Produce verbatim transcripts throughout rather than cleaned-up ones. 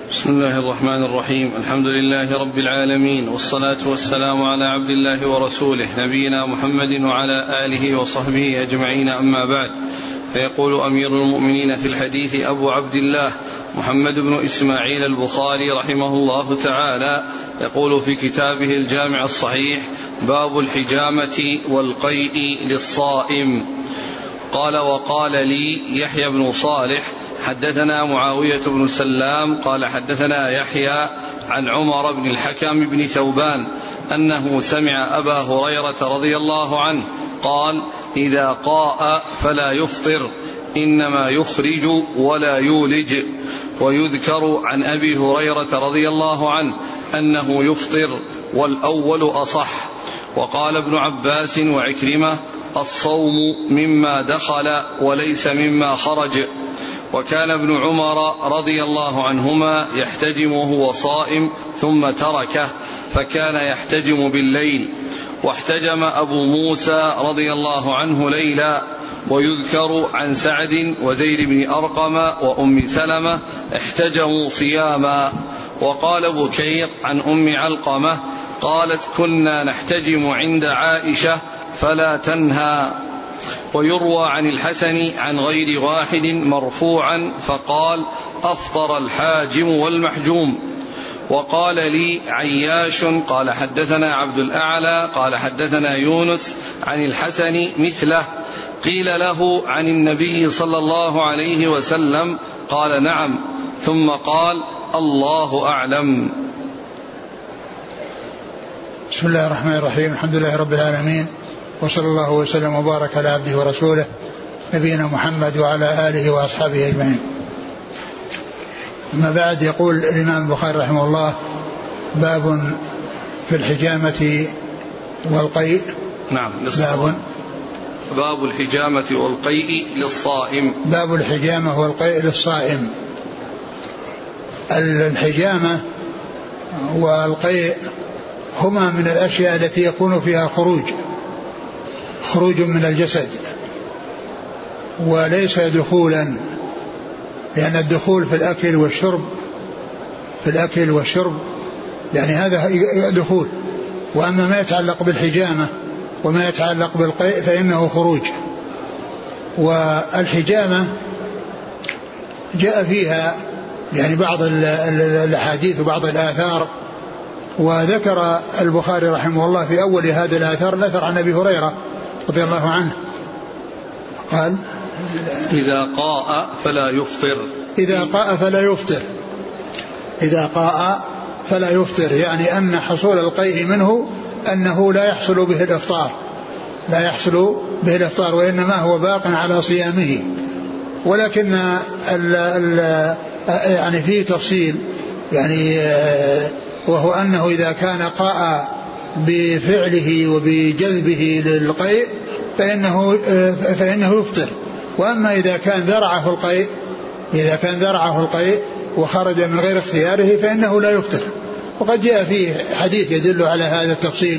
بسم الله الرحمن الرحيم. الحمد لله رب العالمين، والصلاة والسلام على عبد الله ورسوله نبينا محمد وعلى آله وصحبه أجمعين، أما بعد. فيقول أمير المؤمنين في الحديث أبو عبد الله محمد بن إسماعيل البخاري رحمه الله تعالى، يقول في كتابه الجامع الصحيح: باب الحجامة والقيء للصائم. قال: وقال لي يحيى بن صالح حدثنا معاوية بن سلام قال حدثنا يحيى عن عمر بن الحكم بن ثوبان أنه سمع أبا هريرة رضي الله عنه قال: إذا قاء فلا يفطر، إنما يخرج ولا يولج. ويذكر عن أبي هريرة رضي الله عنه أنه يفطر، والأول أصح. وقال ابن عباس وعكرمة: الصوم مما دخل وليس مما خرج. وكان ابن عمر رضي الله عنهما يحتجم وهو صائم ثم تركه، فكان يحتجم بالليل. واحتجم أبو موسى رضي الله عنه ليلا. ويذكر عن سعد وزيد بن أرقم وأم سلمة احتجموا صياما. وقال بكير عن أم علقمة قالت: كنا نحتجم عند عائشة فلا تنهى. ويروى عن الحسن عن غير واحد مرفوعا فقال: أفطر الحاجم والمحجوم. وقال لي عياش قال حدثنا عبد الأعلى قال حدثنا يونس عن الحسن مثله. قيل له عن النبي صلى الله عليه وسلم؟ قال: نعم. ثم قال: الله أعلم. بسم الله الرحمن الرحيم. الحمد لله رب العالمين، وصلى الله وسلم وبارك على عبده ورسوله نبينا محمد وعلى آله وأصحابه أجمعين. أما بعد، يقول الإمام البخاري رحمه الله: باب في الحجامة والقيء. نعم. باب باب الحجامة والقيء للصائم. باب الحجامة والقيء للصائم. الحجامة والقيء هما من الأشياء التي يكون فيها خروج خروج من الجسد، وليس دخولا، لأن الدخول في الأكل والشرب في الأكل والشرب يعني هذا دخول. وأما ما يتعلق بالحجامة وما يتعلق بالقيء فإنه خروج. والحجامة جاء فيها يعني بعض الأحاديث وبعض الآثار. وذكر البخاري رحمه الله في أول هذا الآثار الأثر عن أبي هريرة رضي الله عنه قال: إذا قاء فلا يفطر. إذا قاء فلا يفطر إذا قاء فلا يفطر يعني أن حصول القيء منه أنه لا يحصل به الإفطار لا يحصل به الإفطار وإنما هو باق على صيامه. ولكن ال ال يعني فيه تفصيل، يعني وهو أنه إذا كان قاء بفعله وبجذبه للقيء فإنه, فإنه يفطر. وأما إذا كان ذرعه القيء إذا كان ذرعه القيء وخرج من غير اختياره فإنه لا يفطر. وقد جاء فيه حديث يدل على هذا التفصيل.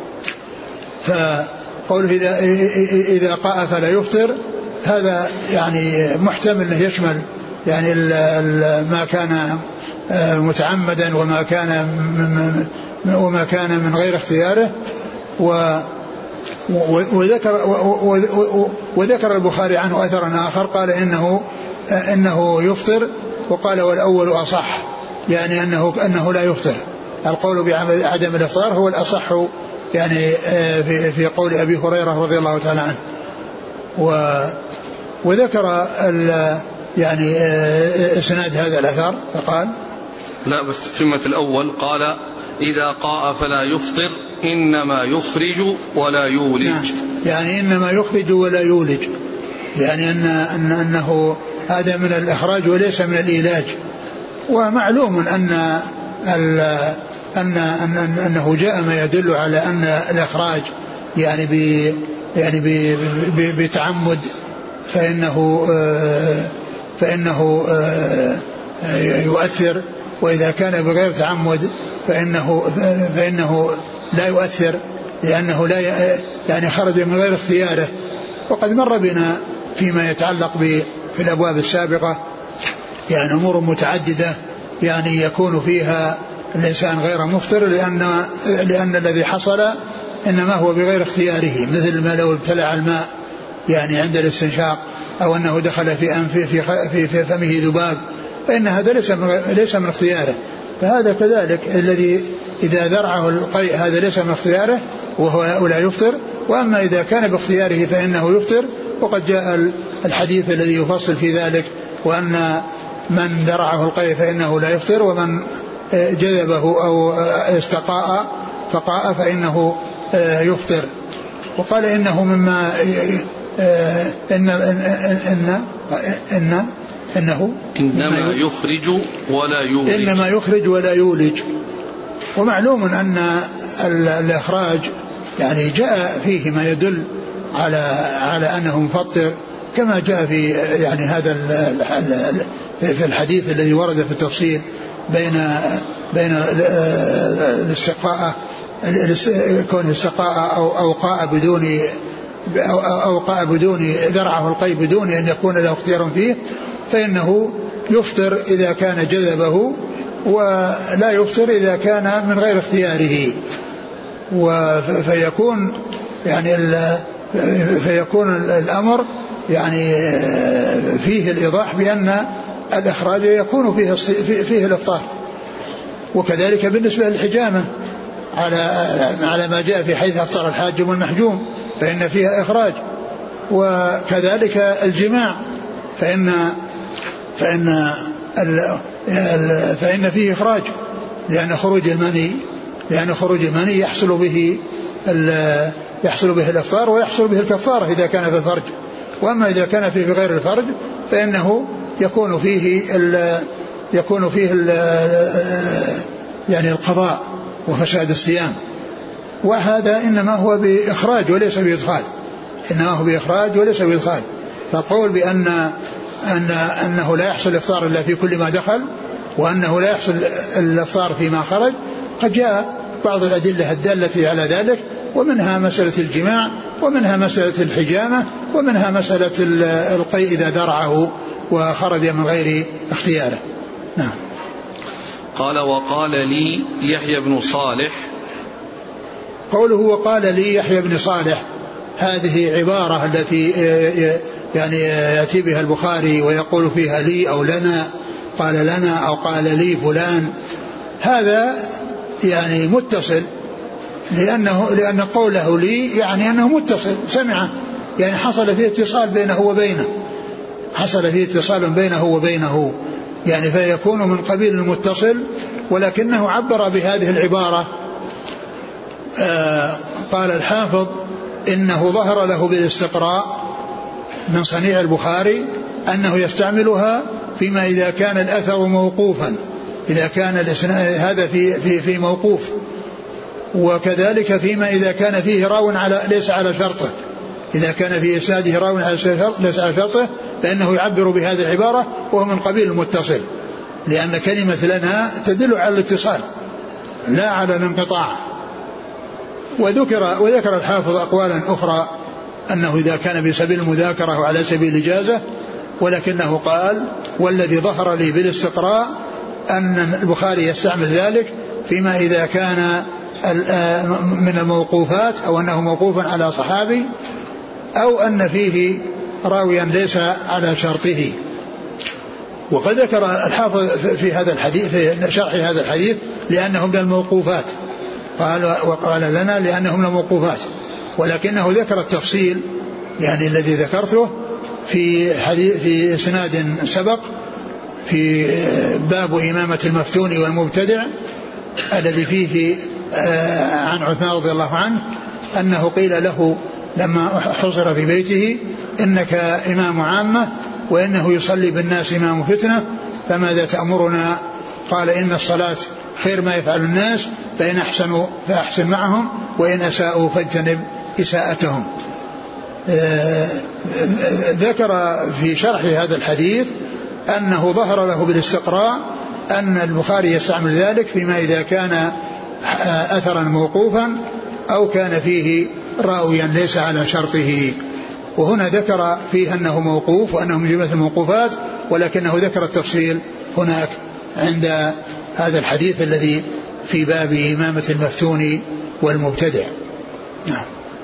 فقوله إذا, إذا قاء فلا يفطر هذا يعني محتمل يشمل يعني ال ال ما كان متعمدا وما كان وما كان من غير اختياره. و وذكر, وذكر البخاري عنه أثرا آخر قال إنه, إنه يفطر. وقال: والأول أصح، يعني أنه, أنه لا يفطر. القول بعدم الإفطار هو الأصح يعني في, في قول أبي هريرة رضي الله تعالى عنه. و وذكر يعني إسناد هذا الأثر فقال: لا بس تتمة الأول. قال: إذا قاء فلا يفطر، إنما يخرج ولا يولج. نعم. يعني إنما يخرج ولا يولج، يعني أن أن أنه هذا من الإخراج وليس من الإيلاج. ومعلوم أن أن أن أنه جاء ما يدل على أن الإخراج يعني ب يعني ب بتعمد فإنه فإنه يؤثر، وإذا كان بغير تعمد فإنه فإنه لا يؤثر، لأنه لا يعني خرج من غير اختياره. وقد مر بنا فيما يتعلق في الأبواب السابقة يعني أمور متعددة يعني يكون فيها الإنسان غير مفطر، لأن, لأن الذي حصل إنما هو بغير اختياره، مثل ما لو ابتلع الماء يعني عند الاستنشاق، أو أنه دخل في أنفه في, في, في فمه ذباب، فإن هذا ليس من, ليس من اختياره. فهذا كذلك الذي إذا ذرعه القيء هذا ليس من اختياره وهو لا يفطر. وأما إذا كان باختياره فإنه يفطر، وقد جاء الحديث الذي يفصل في ذلك، وأن من ذرعه القيء فإنه لا يفطر، ومن جذبه أو استقاء فقاء فإنه يفطر. وقال إنه مما إن إن إن إنه إنما يخرج ولا يولج إنما يخرج ولا يولج. ومعلوم أن الإخراج يعني جاء فيه ما يدل على على أنه مفطر، كما جاء في يعني هذا في الحديث الذي ورد في التفصيل بين بين الاستقاء كون استقاء أو أوقاء بدون أوقاء بدون ذرعه القيء بدون أن يكون له اختيار فيه، فإنه يفطر إذا كان جذبه، ولا يفطر إذا كان من غير اختياره. فيكون يعني فيكون الأمر يعني فيه الإيضاح بأن الإخراج يكون فيه فيه الإفطار. وكذلك بالنسبة للحجامة على على ما جاء في حيث أفطر الحاجم والمحجوم فإن فيها إخراج. وكذلك الجماع فإن فإن فإن فيه إخراج، لأن خروج المني لأن خروج المني يحصل به يحصل به الإفطار ويحصل به الكفارة إذا كان في الفرج. وأما إذا كان فيه غير الفرج فإنه يكون فيه يكون فيه يعني القضاء وفساد الصيام. وهذا إنما هو بإخراج وليس بإدخال إنما هو بإخراج وليس بإدخال. فالقول بأن أن أنه لا يحصل الإفطار إلا في كل ما دخل، وأنه لا يحصل الإفطار فيما خرج، قد جاء بعض الأدلة الدالة على ذلك، ومنها مسألة الجماع، ومنها مسألة الحجامة، ومنها مسألة القيء إذا درعه وخرج من غير اختياره. نعم. قال وقال لي يحيى بن صالح. قوله وقال لي يحيى بن صالح هذه عبارة التي يعني يأتي بها البخاري ويقول فيها لي أو لنا، قال لنا أو قال لي فلان، هذا يعني متصل، لأنه لأن قوله لي يعني أنه متصل سمعه، يعني حصل فيه اتصال بينه وبينه حصل فيه اتصال بينه وبينه يعني فيكون من قبيل المتصل. ولكنه عبر بهذه العبارة. آه قال الحافظ إنه ظهر له بالاستقراء من صنيع البخاري أنه يستعملها فيما إذا كان الأثر موقوفا، إذا كان هذا في, في, في موقوف، وكذلك فيما إذا كان فيه راو على ليس على شرطه، إذا كان في إسناده راو ليس على شرطه فإنه يعبر بهذه العبارة وهو من قبيل المتصل، لأن كلمة لنا تدل على الاتصال لا على الانقطاع. وذكر, وذكر الحافظ أقوالا أخرى أنه إذا كان بسبيل المذاكرة وعلى سبيل الإجازة، ولكنه قال والذي ظهر لي بالاستقراء أن البخاري يستعمل ذلك فيما إذا كان من الموقوفات، أو أنه موقوف على صحابي، أو أن فيه راويا ليس على شرطه. وقد ذكر الحافظ في هذا الحديث في شرح هذا الحديث لأنه من الموقوفات، قال وقال لنا لأنه من الموقوفات، ولكنه ذكر التفصيل يعني الذي ذكرته في حديث في إسناد سبق في باب إمامة المفتون والمبتدع الذي فيه عن عثمان رضي الله عنه أنه قيل له لما حصر في بيته إنك إمام عامة وإنه يصلي بالناس إمام فتنة فماذا تأمرنا؟ قال إن الصلاة خير ما يفعل الناس، فإن أحسنوا فأحسن معهم وإن أساءوا فاجتنب إساءتهم. ذكر في شرح هذا الحديث أنه ظهر له بالاستقراء أن البخاري يستعمل ذلك فيما إذا كان أثرا موقوفا أو كان فيه راويا ليس على شرطه. وهنا ذكر فيه أنه موقوف وأنه من جملة الموقوفات، ولكنه ذكر التفصيل هناك عند هذا الحديث الذي في باب إمامة المفتون والمبتدع. نعم.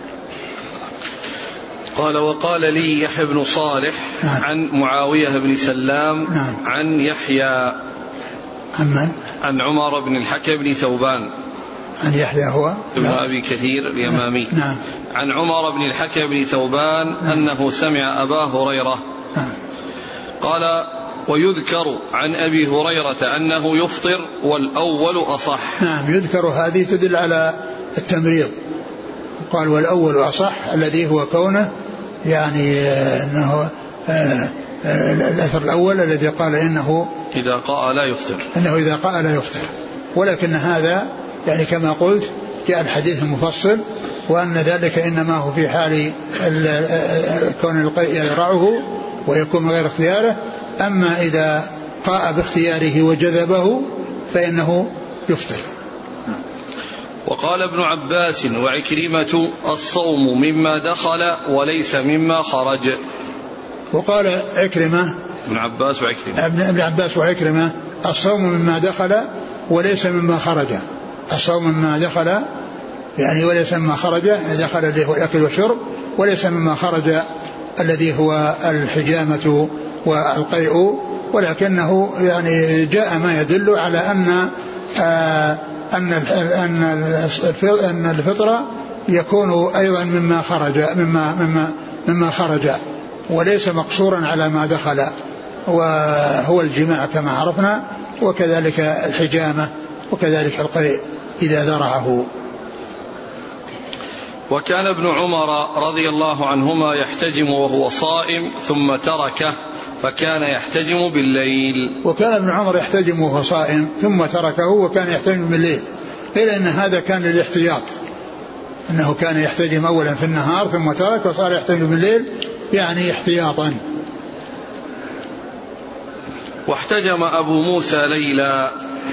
قال وقال لي يحيى بن صالح نعم. عن معاوية بن سلام نعم. عن يحيى عن من؟ عن عمر بن الحكم بن ثوبان عن يحيى هو ابن أبي كثير اليمامي نعم. عن عمر بن الحكم بن ثوبان نعم. أنه سمع أبا هريرة نعم. قال ويذكر عن أبي هريرة أنه يفطر والأول أصح. نعم يذكر هذه تدل على التمريض. قال والأول أصح الذي هو كونه يعني أنه الأثر الأول الذي قال إنه إذا قاء لا يفطر إنه إذا قاء لا يفطر. ولكن هذا يعني كما قلت جاء الحديث المفصل وأن ذلك إنما هو في حال كون القيء يرعه ويكون غير اختياره. أما إذا قاء باختياره وجذبه فإنه يفطر. وقال ابن عباس وعكرمة الصوم مما دخل وليس مما خرج. وقال عكرمة ابن عباس وعكرمة ابن عباس وعكرمة الصوم مما دخل وليس مما خرج. الصوم مما دخل يعني وليس مما خرج، دخل اللي هو الأكل والشرب، وليس مما خرج الذي هو الحجامة والقيء. ولكنه يعني جاء ما يدل على أن آه أن أن الفطرة يكون أيضا مما خرج مما مما مما خرج وليس مقصورا على ما دخل، وهو الجماع كما عرفنا، وكذلك الحجامة وكذلك القيء إذا ذرعه. وكان ابن عمر رضي الله عنهما يحتجم وهو صائم ثم تركه فكان يحتجم بالليل. وكان ابن عمر يحتجم وهو صائم ثم تركه وكان يحتجم بالليل، إلا أن هذا كان للاحتياط، أنه كان يحتجم أولا في النهار ثم ترك وصار يحتجم بالليل يعني احتياطا. واحتجم أبو موسى ليلا.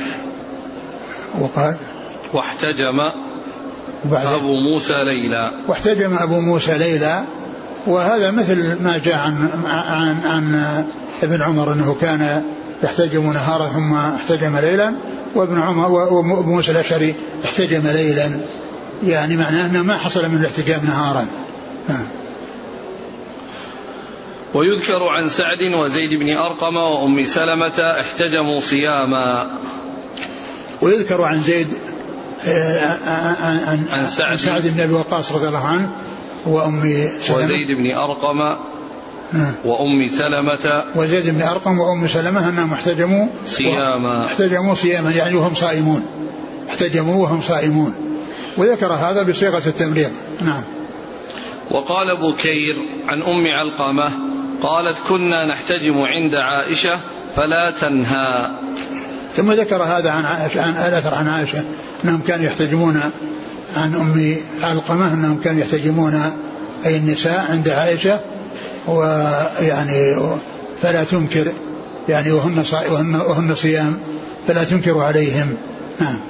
وقال واحتجم أبو موسى ليلا. واحتجم أبو موسى ليلا، وهذا مثل ما جاء عن, عن, عن ابن عمر أنه كان يحتجم نهارا ثم احتجم ليلا، وابن عمر وابو موسى الأشعري احتجم ليلا، يعني معناه أنه ما حصل من الاحتجام نهارا. ويذكر عن سعد وزيد بن أرقم وأم سلمة احتجموا صياما. ويذكر عن زيد عن, عن سعد, سعد بن أبي وقاص رضي الله عنه وأم سلمة وزيد بن أرقم وأم سلمة وزيد بن أرقم وأم سلمة أنهم احتجموا صياما احتجموا صياما يعني وهم صائمون، احتجموا وهم صائمون. وذكر هذا بصيغة التمريض. نعم. وقال بكير عن أم علقمة قالت كنا نحتجم عند عائشة فلا تنهى. ثم ذكر هذا عن عائشة، عن الأثر عن عائشة أنهم كانوا يحتجمون، عن أم علقمة أنهم كانوا يحتجمون أي النساء عند عائشة، ويعني فلا تنكر يعني وهن, وهن, وهن صيام فلا تنكر عليهم. نعم.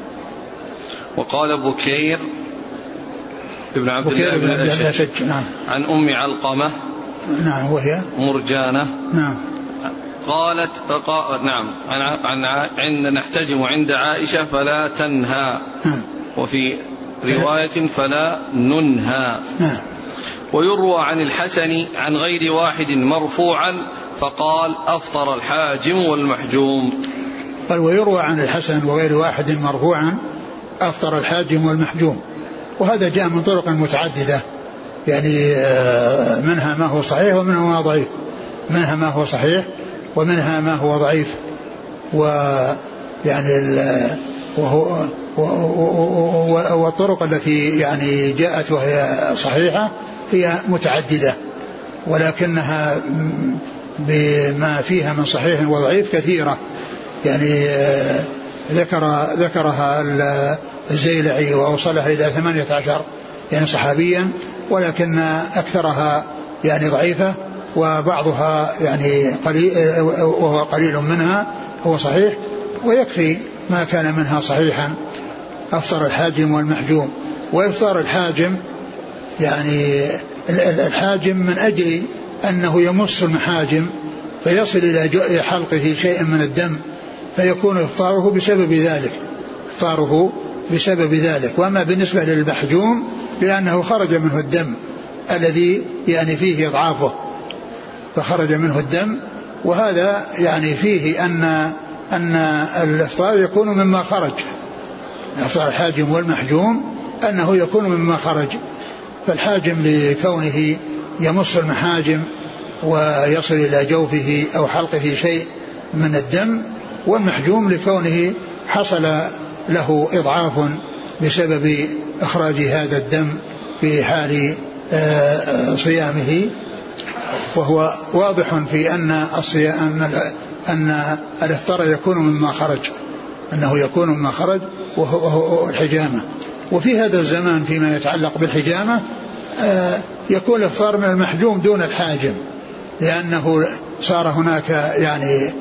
وقال بكير ابن عبد الله بن الأشج نعم. عن أم علقمة نعم وهي مرجانة نعم قالت قا... نعم عن عن عند نحتجم عند عائشة فلا تنهى نعم. وفي رواية فلا ننهى. نعم. ويروى عن الحسن عن غير واحد مرفوعا فقال أفطر الحاجم والمحجوم. قال ويروى عن الحسن وغير واحد مرفوعا أفطر الحاجم والمحجوم، وهذا جاء من طرق متعددة، يعني منها ما هو صحيح ومنها ما هو ضعيف، منها ما هو صحيح ومنها ما هو ضعيف، ويعني وهو والطرق التي يعني جاءت وهي صحيحة هي متعددة، ولكنها بما فيها من صحيح وضعيف كثيرة، يعني ذكر ذكرها الزيلعي وأوصلها إلى ثمانية عشر يعني صحابيا، ولكن أكثرها يعني ضعيفة، وبعضها يعني قليل وهو قليل منها هو صحيح، ويكفي ما كان منها صحيحا. أفطر الحاجم والمحجوم. وإفطار الحاجم يعني الحاجم من أجل أنه يمص المحاجم فيصل إلى حلقه شيء من الدم فيكون إفطاره بسبب ذلك إفطاره بسبب ذلك. وأما بالنسبة للمحجوم لأنه خرج منه الدم الذي يعني فيه إضعافه، فخرج منه الدم، وهذا يعني فيه أن أن الإفطار يكون مما خرج، إفطار الحاجم والمحجوم أنه يكون مما خرج. فالحاجم لكونه يمص المحاجم ويصل إلى جوفه أو حلقه شيء من الدم، والمحجوم لكونه حصل له إضعاف بسبب إخراج هذا الدم في حال صيامه. وهو واضح في أن أن أن الإفطار يكون مما خرج، أنه يكون مما خرج وهو الحجامة. وفي هذا الزمان فيما يتعلق بالحجامة يكون الإفطار من المحجوم دون الحاجم، لأنه صار هناك يعني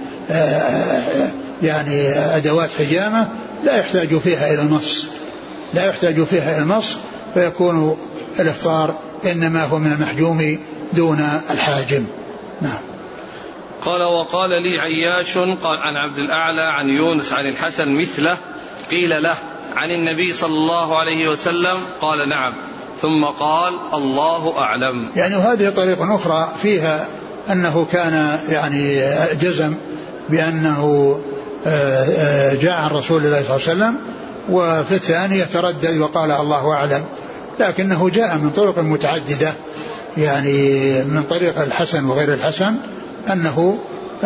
يعني أدوات حجامة لا يحتاج فيها إلى المص لا يحتاج فيها إلى المص فيكون الإفطار إنما هو من المحجوم دون الحاجم. نعم. قال وقال لي عياش قال عن عبد الأعلى عن يونس عن الحسن مثله، قيل له عن النبي صلى الله عليه وسلم قال نعم، ثم قال الله أعلم. يعني هذه طريقة أخرى فيها أنه كان يعني جزم بأنه جاء عن رسول الله صلى الله عليه وسلم، وفي الثاني يتردد وقال الله أعلم، لكنه جاء من طرق متعددة يعني من طريق الحسن وغير الحسن أنه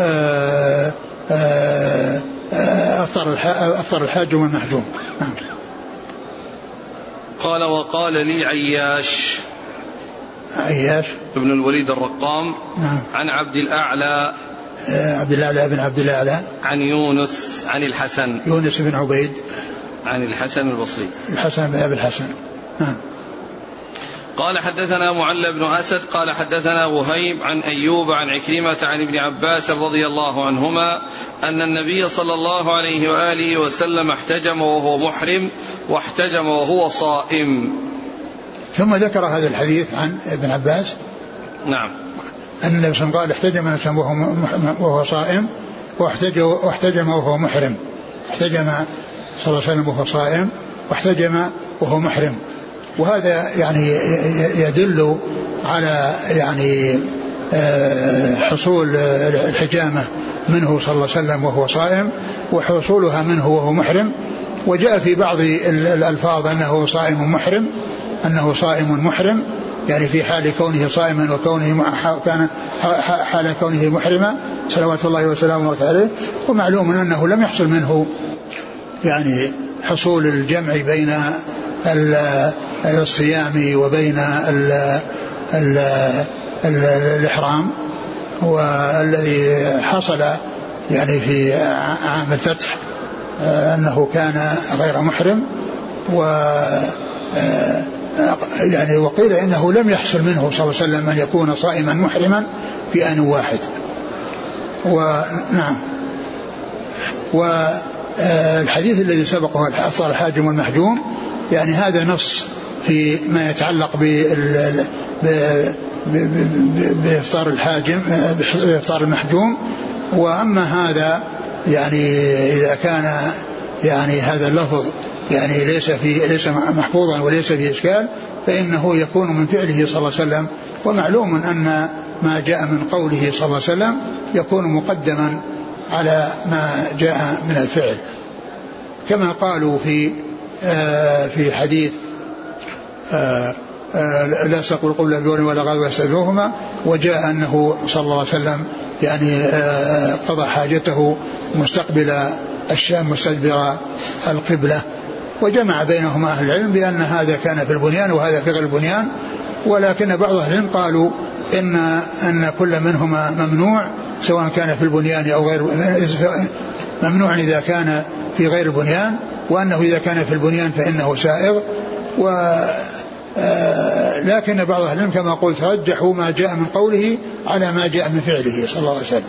أفطر الحاج والمحجوم. قال وقال لي عياش عياش ابن الوليد الرقام نعم. عن عبد الأعلى عبد الأعلى بن عبد الأعلى عن يونس عن الحسن يونس بن عبيد عن الحسن البصري الحسن بن أبي الحسن. نعم. قال حدثنا معل بن أسد قال حدثنا وهيب عن أيوب عن عكرمة عن ابن عباس رضي الله عنهما أن النبي صلى الله عليه وآله وسلم احتجم وهو محرم واحتجم وهو صائم. ثم ذكر هذا الحديث عن ابن عباس. نعم. أن النبي صلى الله عليه وسلم قال احتجم وهو صائم واحتجم وهو محرم. احتجم صلى الله عليه وسلم وهو صائم واحتجم وهو محرم، وهذا يعني يدل على يعني حصول الحجامة منه صلى الله عليه وسلم وهو صائم وحصولها منه وهو محرم. وجاء في بعض الألفاظ أنه صائم محرم أنه صائم محرم يعني في حال كونه صائما وكونه كان حال كونه محرما صلوات الله وسلامه عليه. ومعلوم أنه لم يحصل منه يعني حصول الجمع بين الصيام وبين ال ال ال الإحرام، والذي حصل يعني في عام الفتح أنه كان غير محرم، و يعني وقيل إنه لم يحصل منه صلى الله عليه وسلم أن يكون صائما محرما في آن واحد. ونعم. والحديث الذي سبقه أفطر الحاجم والمحجوم يعني هذا نص في ما يتعلق بإفطار الحاجم بإفطار المحجوم. وأما هذا يعني إذا كان يعني هذا اللفظ يعني ليس في ليس محفوظا وليس فيه إشكال فإنه يكون من فعله صلى الله عليه وسلم. ومعلوم أن ما جاء من قوله صلى الله عليه وسلم يكون مقدما على ما جاء من الفعل، كما قالوا في آه في حديث آه آه لا سقوا قبل البول ولا غدوة يستدعوهما، وجاء أنه صلى الله عليه وسلم يعني آه قضى حاجته مستقبل الشام مستدبر القبلة. وجمع بينهما أهل العلم بأن هذا كان في البنيان وهذا في غير البنيان، ولكن بعض أهل العلم قالوا إن أن كل منهما ممنوع سواء كان في البنيان أو غير ممنوع إذا كان في غير البنيان، وأنه إذا كان في البنيان فإنه سائغ. و لكن بعض أهل العلم كما قلت رجحوا ما جاء من قوله على ما جاء من فعله صلى الله عليه وسلم.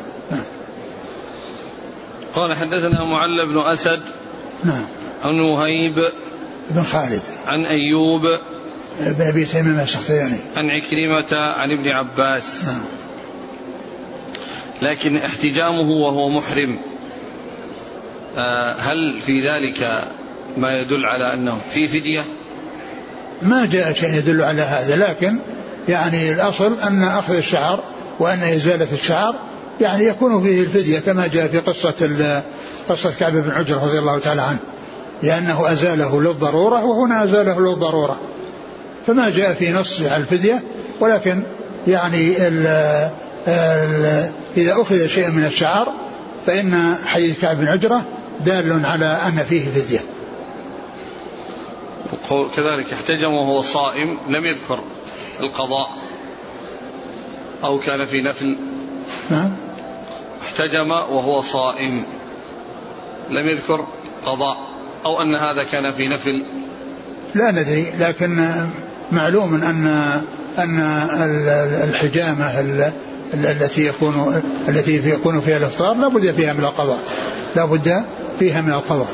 قال حدثنا معل بن أسد نعم عن وهيب بن خالد عن أيوب بن أبي تميم السختياني عن عكرمة عن ابن عباس نعم. لكن احتجامه وهو محرم هل في ذلك ما يدل على أنه في فدية؟ ما جاء شيء يدل على هذا، لكن يعني الأصل أن أخذ الشعر وأن إزالة الشعر يعني يكون فيه الفدية، كما جاء في قصة قصة كعب بن عجرة رضي الله تعالى عنه، لأنه أزاله للضرورة وهنا أزاله للضرورة، فما جاء في نص على الفدية، ولكن يعني ال ال إذا أخذ شيء من الشعر فإن حديث كعب بن عجرة دال على أن فيه فدية. كذلك احتجم وهو صائم لم يذكر القضاء أو كان في نفل. نعم. احتجم وهو صائم لم يذكر قضاء أو أن هذا كان في نفل، لا ندري، لكن معلوم أن أن الحجامة التي يكون التي يكون فيها الإفطار لا بد فيها من القضاء، لا بد فيها من القضاء.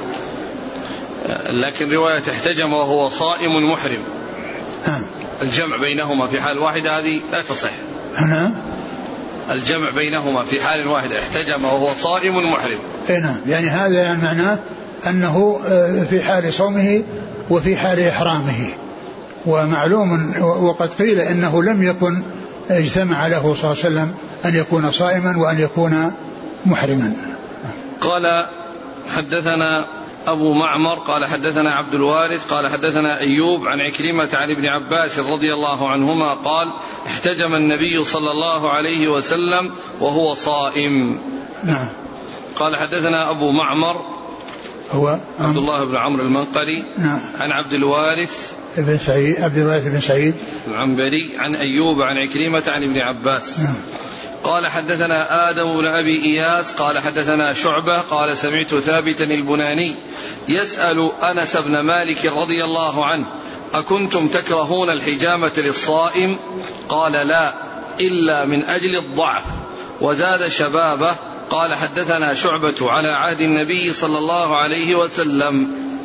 لكن رواية احتجم وهو صائم محرم ها. الجمع بينهما في حال واحدة هذه لا تصح. هنا الجمع بينهما في حال واحدة احتجم وهو صائم محرم. نعم، يعني هذا يعني معناه أنه في حال صومه وفي حال إحرامه، ومعلوم وقد قيل إنه لم يكن اجتمع له صلى الله عليه وسلم أن يكون صائما وأن يكون محرما. قال حدثنا أبو معمر قال حدثنا عبد الوارث قال حدثنا أيوب عن عكرمة عن ابن عباس رضي الله عنهما قال احتجم النبي صلى الله عليه وسلم وهو صائم. نعم. قال حدثنا أبو معمر هو عبد الله بن عمرو المنقري. نعم. عن عبد الوارث ابن سعيد عبد الوارث بن سعيد العنبري عن أيوب عن عكرمة عن ابن عباس. نعم. قال حدثنا آدم بن أبي إياس قال حدثنا شعبة قال سمعت ثابتا البناني يسأل أنس بن مالك رضي الله عنه أكنتم تكرهون الحجامة للصائم؟ قال لا إلا من أجل الضعف. وزاد شبابه قال حدثنا شعبة على عهد النبي صلى الله عليه وسلم.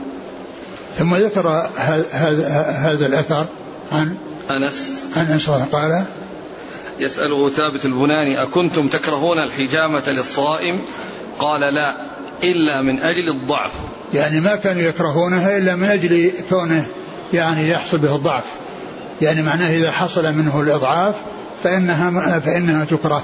ثم ذكر هذا الأثر عن أنس أنس قال يسأله ثابت البناني أكنتم تكرهون الحجامة للصائم؟ قال لا إلا من أجل الضعف، يعني ما كانوا يكرهونها إلا من أجل كونه يعني يحصل به الضعف، يعني معناه إذا حصل منه الإضعاف فإنها, فإنها تكره،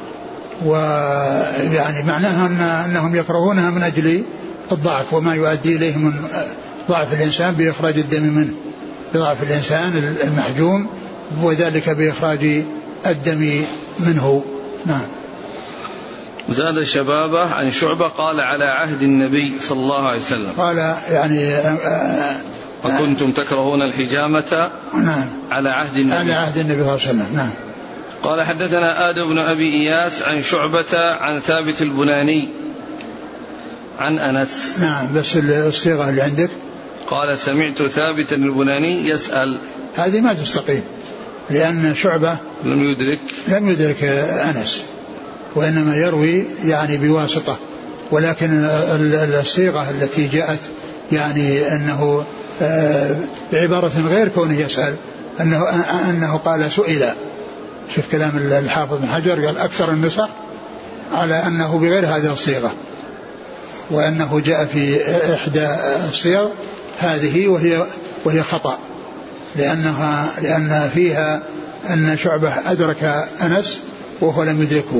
ويعني معناها أن أنهم يكرهونها من أجل الضعف وما يؤدي إليه من ضعف الإنسان بإخراج الدم منه، بضعف الإنسان المحجوم وذلك بإخراج الدم منه. نعم. زاد شبابه عن شعبة قال على عهد النبي صلى الله عليه وسلم قال يعني وكنتم تكرهون الحجامة. نعم. على عهد النبي على عهد النبي صلى الله عليه وسلم. نعم. قال حدثنا آدم بن أبي إياس عن شعبة عن ثابت البناني عن أنس. نعم، بس الصيغة اللي عندك قال سمعت ثابتا البناني يسأل، هذه ما تستقيم، لأن شعبة لم يدرك لم يدرك أنس وإنما يروي يعني بواسطة، ولكن الصيغة التي جاءت يعني أنه بعبارة غير كونه يسأل أنه, أنه قال سئل. شوف كلام الحافظ بن حجر قال أكثر النسخ على أنه بغير هذه الصيغة، وأنه جاء في إحدى الصيغ هذه وهي وهي خطأ، لأنها لأن فيها أن شعبة أدرك أنس وهو لم يدركه.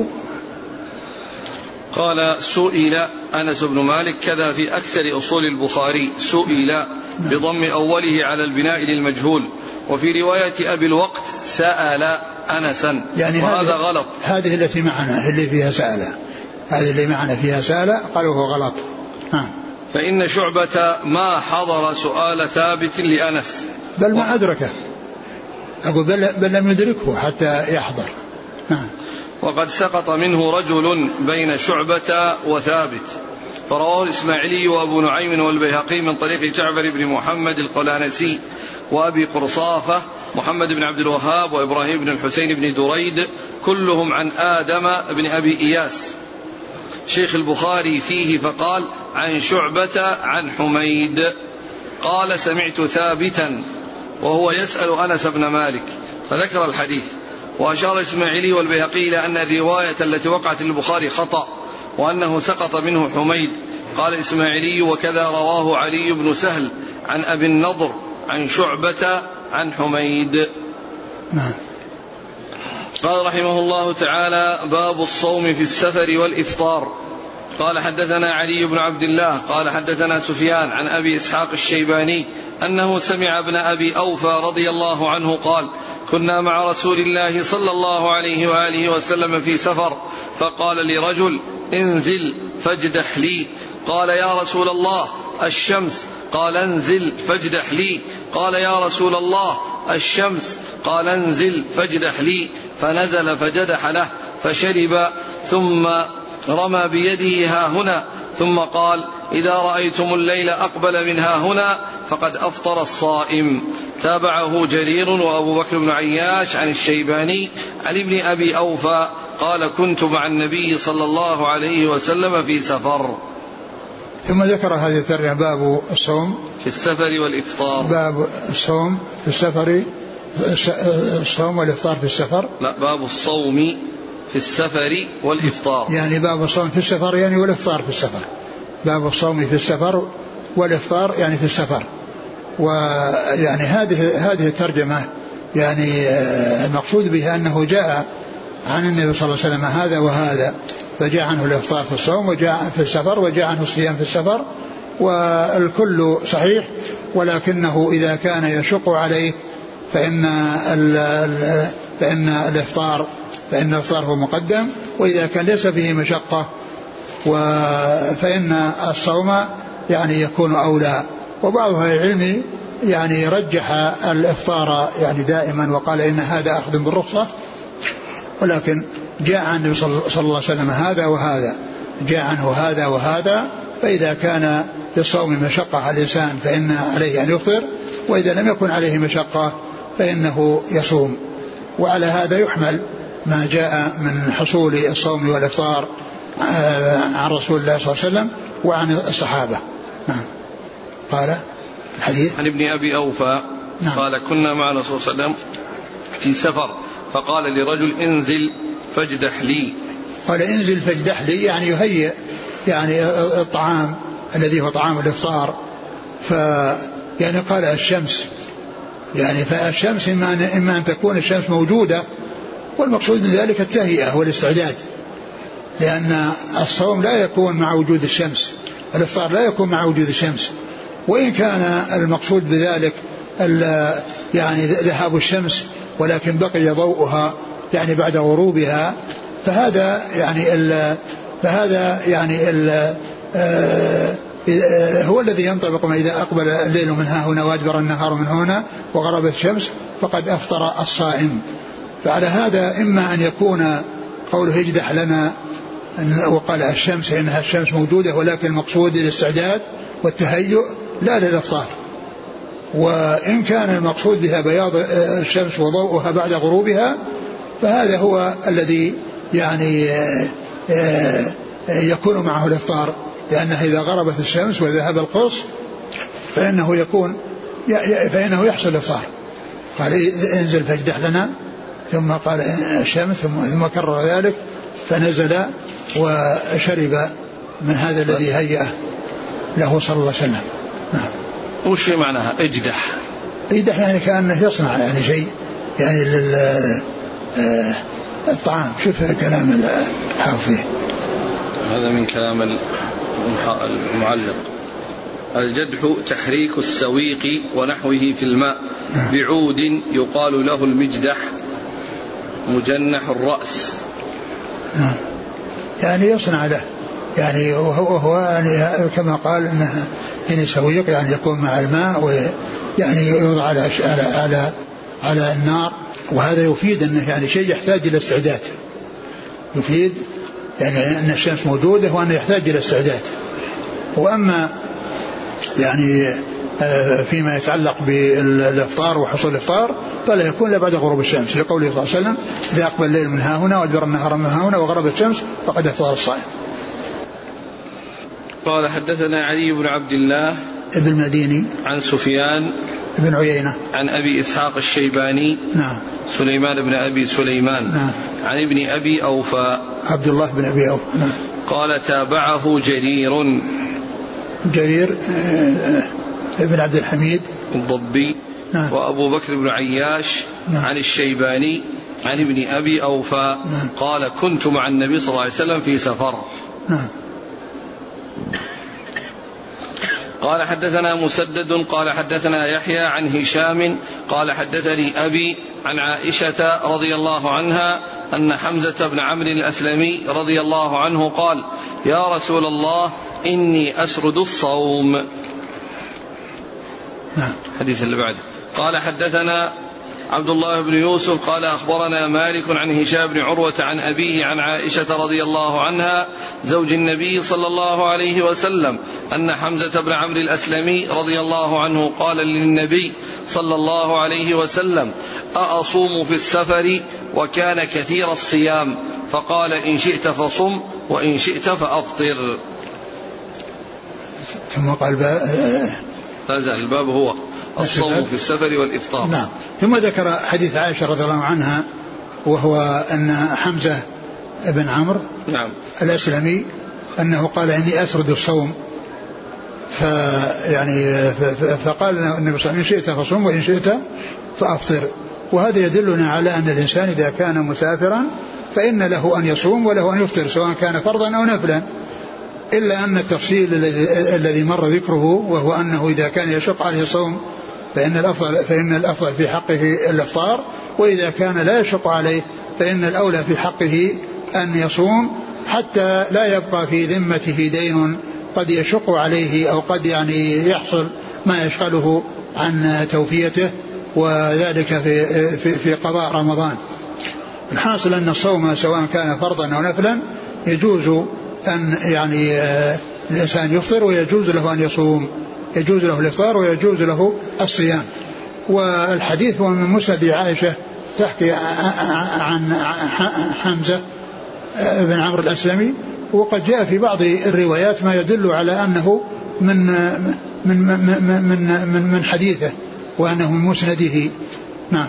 قال سئل أنس بن مالك كذا في أكثر أصول البخاري، سئل بضم أوله على البناء للمجهول، وفي رواية أبي الوقت سأل أنسا، يعني وهذا غلط. هذه التي معنا اللي فيها سأل، هذه اللي معنا فيها سأل قالوا هو غلط. ها. فإن شعبة ما حضر سؤال ثابت لأنس بل ما أدركه، أقول بل, بل لم يدركه حتى يحضر. نعم. وقد سقط منه رجل بين شعبة وثابت، فرواه الإسماعيلي وأبو نعيم والبيهقي من طريق جعفر بن محمد القلانسي وأبي قرصافة محمد بن عبد الوهاب وإبراهيم بن الحسين بن دريد كلهم عن آدم بن أبي إياس. شيخ البخاري فيه فقال عن شعبة عن حميد قال سمعت ثابتا وهو يسأل أنس بن مالك فذكر الحديث. وأشار الإسماعيلي والبيهقي إلى أن الرواية التي وقعت للبخاري خطأ وأنه سقط منه حميد، قال الإسماعيلي وكذا رواه علي بن سهل عن أبي النضر عن شعبة عن حميد. نعم. قال رحمه الله تعالى باب الصوم في السفر والإفطار. قال حدثنا علي بن عبد الله قال حدثنا سفيان عن أبي إسحاق الشيباني أنه سمع ابن أبي أوفى رضي الله عنه قال كنا مع رسول الله صلى الله عليه وآله وسلم في سفر فقال لرجل انزل فاجدح لي. قال يا رسول الله الشمس. قال انزل فاجدح لي. قال يا رسول الله الشمس. قال انزل فاجدح لي. فنزل فجدح له فشرب ثم رمى بيده ها هنا ثم قال إذا رأيتم الليل أقبل من ها هنا فقد أفطر الصائم. تابعه جرير وأبو بكر بن عياش عن الشيباني عن ابن أبي أوفى قال كنت مع النبي صلى الله عليه وسلم في سفر. ثم ذكر هذه الترجمة باب الصوم في السفر والإفطار. باب الصوم في السفر الصوم والإفطار في السفر. لا باب الصوم في السفر والإفطار يعني باب الصوم في السفر يعني والإفطار في السفر. باب الصوم في السفر والإفطار يعني في السفر. ويعني هذه هذه الترجمة يعني المقصود بها أنه جاء عن النبي صلى الله عليه وسلم هذا وهذا فجاء عنه الإفطار في الصوم وجاء في السفر وجاء عنه الصيام في السفر والكل صحيح ولكنه إذا كان يشق عليه فإن فإن الإفطار فإن الإفطار هو مقدم وإذا كان ليس فيه مشقة فإن الصوم يعني يكون أولى. وبعض أهل العلم يعني رجح الإفطار يعني دائما وقال إن هذا أخذ بالرخصة ولكن جاء عن النبي صلى الله عليه وسلم هذا وهذا جاء عنه هذا وهذا فإذا كان للصوم مشقة على الإنسان فإن عليه أن يفطر وإذا لم يكن عليه مشقة فإنه يصوم. وعلى هذا يحمل ما جاء من حصول الصوم والإفطار عن رسول الله صلى الله عليه وسلم وعن الصحابة. نعم. قال الحديث عن ابن أبي أوفى نعم. قال كنا مع الرسول صلى الله عليه وسلم في سفر فقال لرجل انزل فاجدح لي. قال انزل فاجدح لي يعني يهيئ يعني الطعام الذي هو طعام الإفطار. ف يعني قال الشمس يعني فالشمس إما, إما أن تكون الشمس موجودة والمقصود من ذلك التهيئة والاستعداد لأن الصوم لا يكون مع وجود الشمس الإفطار لا يكون مع وجود الشمس وإن كان المقصود بذلك يعني ذهاب الشمس ولكن بقي ضوءها يعني بعد غروبها فهذا يعني ال فهذا يعني ال هو الذي ينطبق ما إذا أقبل الليل من ها هنا وأدبر النهار من هنا وغربت الشمس فقد أفطر الصائم. فعلى هذا إما أن يكون قوله يجدح لنا وقال الشمس إنها الشمس موجودة ولكن المقصود الاستعداد والتهيؤ لا للإفطار وإن كان المقصود بها بياض الشمس وضوءها بعد غروبها فهذا هو الذي يعني يكون معه الإفطار لأنه إذا غربت الشمس وذهب القرص فإنه يكون فإنه يحصل الإفطار. قال انزل فاجدح لنا ثم قال الشمس ثم كرر ذلك فنزل وشرب من هذا الذي هيأه له صلى الله عليه وسلم. نعم. وش معناها اجدح؟ اجدح يعني كأنه يصنع يعني شيء يعني للطعام. شوف كلام الحافظ هذا من كلام المعلق. الجدح تحريك السويق ونحوه في الماء بعود يقال له المجدح مجنح الرأس. نعم. يعني يصنع له يعني وهو يعني كما قال انه يعني سويق يعني يكون مع الماء ويعني يوضع على على على على النار وهذا يفيد انه يعني شيء يحتاج الى استعداد يفيد يعني ان الشمس موجوده وانه يحتاج الى استعداد. واما يعني فيما يتعلق بالافطار وحصول الافطار فلا يكون الا بعد غروب الشمس لقوله صلى الله عليه وسلم اذا اقبل الليل من ها هنا وادبر النهار من ها هنا وغربت الشمس فقد افطر الصائم. قال حدثنا علي بن عبد الله ابن المديني عن سفيان بن عيينة عن أبي إسحاق الشيباني نعم سليمان بن أبي سليمان نعم عن ابن أبي أوفى عبد الله بن أبي أوفى نعم قال تابعه جرير جرير ابن عبد الحميد الضبي. نعم. وأبو بكر بن عياش. نعم. عن الشيباني عن ابن أبي أوفى. نعم. قال كنت مع النبي صلى الله عليه وسلم في سفر. نعم. قال حدثنا مسدد قال حدثنا يحيى عن هشام قال حدثني أبي عن عائشة رضي الله عنها أن حمزة بن عمرو الأسلمي رضي الله عنه قال يا رسول الله إني أسرد الصوم. حديث اللي بعده. قال حدثنا عبد الله بن يوسف قال أخبرنا مالك عن هشام بن عروة عن أبيه عن عائشة رضي الله عنها زوج النبي صلى الله عليه وسلم أن حمزة بن عمرو الأسلمي رضي الله عنه قال للنبي صلى الله عليه وسلم أأصوم في السفر وكان كثير الصيام فقال إن شئت فصم وإن شئت فأفطر. ثم قال لا زال الباب هو الصوم في السفر والإفطار. نعم. ثم ذكر حديث عائشة رضي الله عنها وهو أن حمزة بن عمرو. نعم. الأسلمي أنه قال إني أسرد الصوم فيعني فقال النبي صلى الله عليه وسلم إن شئت فصوم وإن شئت فأفطر. وهذا يدلنا على أن الإنسان إذا كان مسافرا فإن له أن يصوم وله أن يفطر سواء كان فرضا أو نفلا، إلا أن التفصيل الذي مر ذكره وهو أنه إذا كان يشق عليه الصوم فإن الأفضل, فإن الأفضل في حقه الإفطار، وإذا كان لا يشق عليه فإن الأولى في حقه أن يصوم حتى لا يبقى في ذمته دين قد يشق عليه أو قد يعني يحصل ما يشغله عن توفيته، وذلك في, في, في قضاء رمضان. الحاصل أن الصوم سواء كان فرضا أو نفلا يجوز أن يعني الإنسان يفطر ويجوز له أن يصوم، يجوز له الإفطار ويجوز له الصيام. والحديث هو من مسند عائشة تحكي عن حمزة بن عمرو الأسلمي، وقد جاء في بعض الروايات ما يدل على أنه من من من من من, من حديثه وأنه من مسنده. نعم.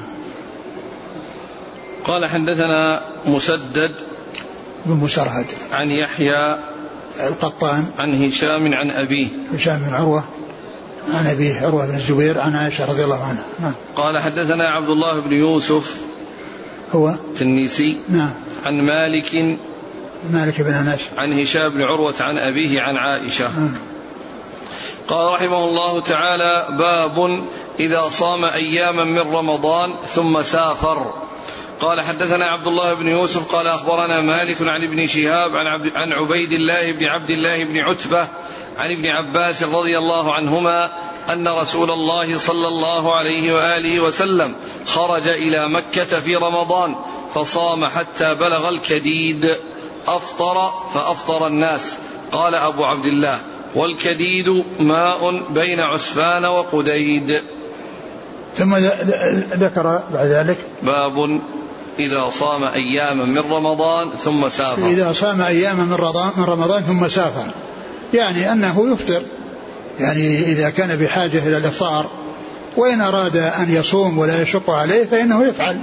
قال حدثنا مسدد بن مسرهد عن يحيى القطان عن هشام عن أبيه هشام بن عروة عن أبيه عروة بن الزبير عن عائشة رضي الله عنها. نعم. قال حدثنا عبد الله بن يوسف هو تنيسي. نعم. عن مالك مالك بن أنس عن هشام بن عروة عن أبيه عن عائشة. نعم. قال رحمه الله تعالى باب إذا صام أياما من رمضان ثم سافر. قال حدثنا عبد الله بن يوسف قال أخبرنا مالك عن ابن شهاب عن, عبد عن عبيد الله بن عبد الله بن عتبة عن ابن عباس رضي الله عنهما أن رسول الله صلى الله عليه وآله وسلم خرج إلى مكة في رمضان فصام حتى بلغ الكديد أفطر فأفطر الناس. قال أبو عبد الله والكديد ماء بين عسفان وقديد. ثم ذكر بعد ذلك باب إذا صام أياما من رمضان ثم سافر. إذا صام أياما من رمضان, من رمضان ثم سافر يعني أنه يفطر، يعني إذا كان بحاجة إلى الإفطار وإن أراد أن يصوم ولا يشق عليه فإنه يفعل.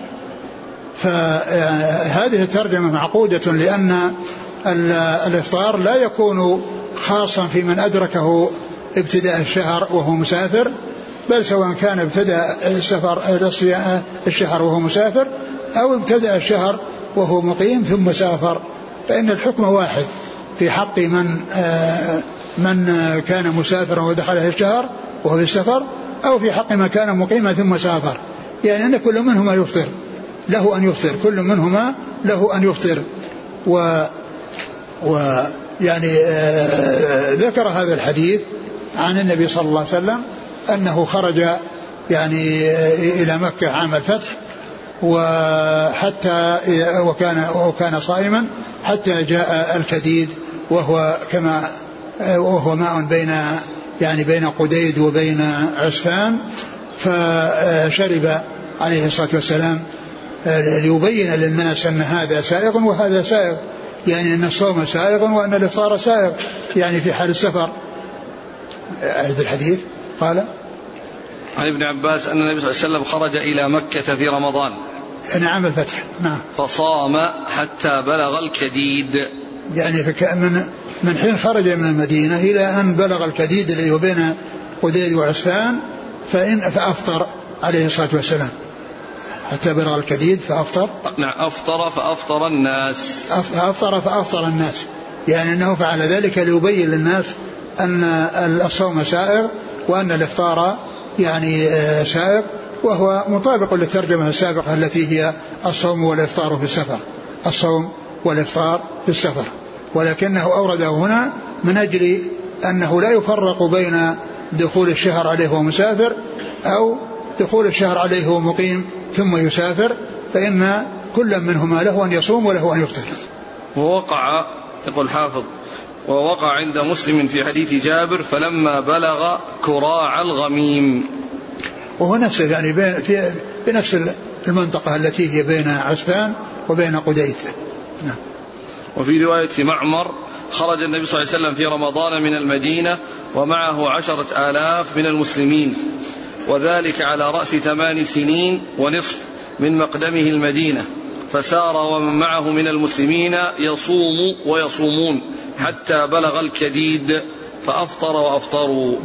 فهذه الترجمة معقودة لأن الإفطار لا يكون خاصا في من أدركه ابتداء الشهر وهو مسافر، بل سواء كان ابتدأ السفر الشهر وهو مسافر أو ابتدأ الشهر وهو مقيم ثم سافر، فإن الحكم واحد في حق من من كان مسافرا ودخله الشهر وهو في السفر، أو في حق من كان مقيما ثم سافر، يعني أن كل منهما يفطر، له أن يفطر، كل منهما له أن يفطر. و ويعني ذكر هذا الحديث عن النبي صلى الله عليه وسلم أنه خرج يعني إلى مكة عام الفتح وحتى وكان وكان صائما حتى جاء الكديد وهو كما وهو ماء بين يعني بين قديد وبين عسفان، فشرب عليه الصلاة والسلام ليبين للناس أن هذا سائغ وهذا سائغ، يعني أن الصوم سائغ وأن الإفطار سائغ يعني في حال السفر. أعد الحديث. قال عن ابن عباس أن النبي صلى الله عليه وسلم خرج إلى مكة في رمضان عام الفتح. نعم. فصام حتى بلغ الكديد، يعني من من حين خرج من المدينة إلى أن بلغ الكديد الذي هو بين قديد وعسفان فإن فأفطر عليه الصلاة والسلام حتى بلغ الكديد فأفطر. نعم أفطر فأفطر الناس. أفطر فأفطر الناس يعني أنه فعل ذلك ليبين للناس أن الصوم سائغ وأن الإفطار يعني سائغ، وهو مطابق للترجمة السابقة التي هي الصوم والإفطار في السفر، الصوم والإفطار في السفر، ولكنه أورده هنا من أجل أنه لا يفرق بين دخول الشهر عليه ومسافر أو دخول الشهر عليه ومقيم ثم يسافر، فإن كل منهما له أن يصوم وله أن يفطر. ووقع يقول حافظ ووقع عند مسلم في حديث جابر فلما بلغ كراع الغميم، وهو نفسه يعني بين في بنفس المنطقة التي هي بين عسفان وبين قديد. نعم. وفي رواية معمر خرج النبي صلى الله عليه وسلم في رمضان من المدينة ومعه عشرة آلاف من المسلمين، وذلك على رأس ثمان سنين ونصف من مقدمه المدينة، فسار ومن معه من المسلمين يصوم ويصومون حتى بلغ الكديد فأفطر وأفطروا.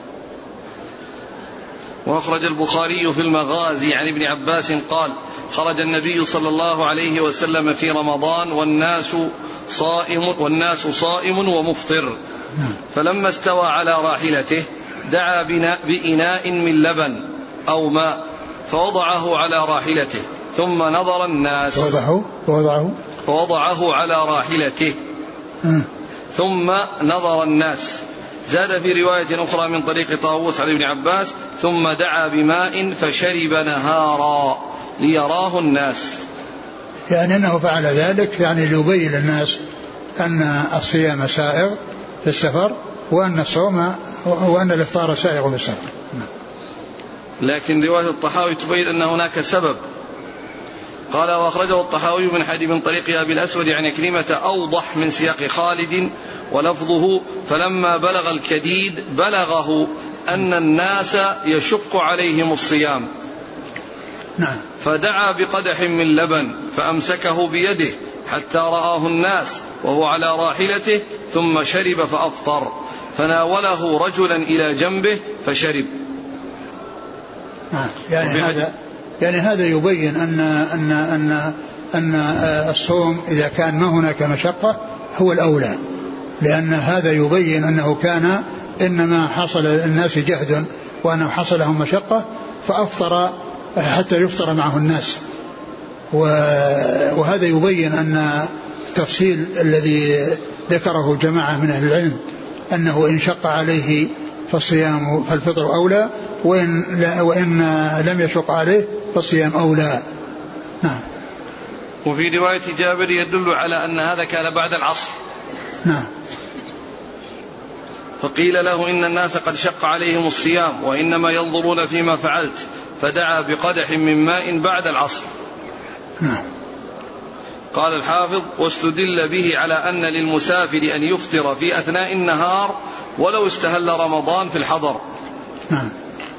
وأخرج البخاري في المغازي عن ابن عباس قال خرج النبي صلى الله عليه وسلم في رمضان والناس صائم والناس صائم ومفطر، فلما استوى على راحلته دعا بإناء من لبن أو ماء فوضعه على راحلته ثم نظر الناس فوضعه فوضعه, فوضعه على راحلته ثم نظر الناس. زاد في رواية أخرى من طريق طاووس عن ابن عباس ثم دعا بماء فشرب نهارا ليراه الناس، يعني أنه فعل ذلك يعني ليبين للناس أن الصيام سائغ في السفر وأن الصوم وأن الإفطار سائغ في السفر. لكن رواية الطحاوي تبين أن هناك سبب. قال وأخرجه الطحاوي من حديث من طريق أبي الأسود عن كلمة أوضح من سياق خالد ولفظه فلما بلغ الكديد بلغه أن الناس يشق عليهم الصيام. نعم. فدعا بقدح من لبن فأمسكه بيده حتى رآه الناس وهو على راحلته ثم شرب فأفطر، فناوله رجلا إلى جنبه فشرب. نعم. يعني هذا يعني هذا يبين أن أن أن أن الصوم إذا كان ما هناك مشقة هو الأولى، لأن هذا يبين أنه كان إنما حصل الناس جهد وأنه حصل لهم مشقة فأفطر حتى يفطر معه الناس، وهذا يبين أن التفصيل الذي ذكره جماعة من أهل العلم أنه إن شق عليه فالصيام فالفطر أولى وإن, وإن لم يشق عليه فالصيام أولى. نعم. وفي رواية جابر يدل على أن هذا كان بعد العصر. نعم. فقيل له إن الناس قد شق عليهم الصيام وإنما ينظرون فيما فعلت، فدعا بقدح من ماء بعد العصر. نعم. قال الحافظ واستدل به على أن للمسافر أن يفطر في أثناء النهار ولو استهل رمضان في الحضر. نعم.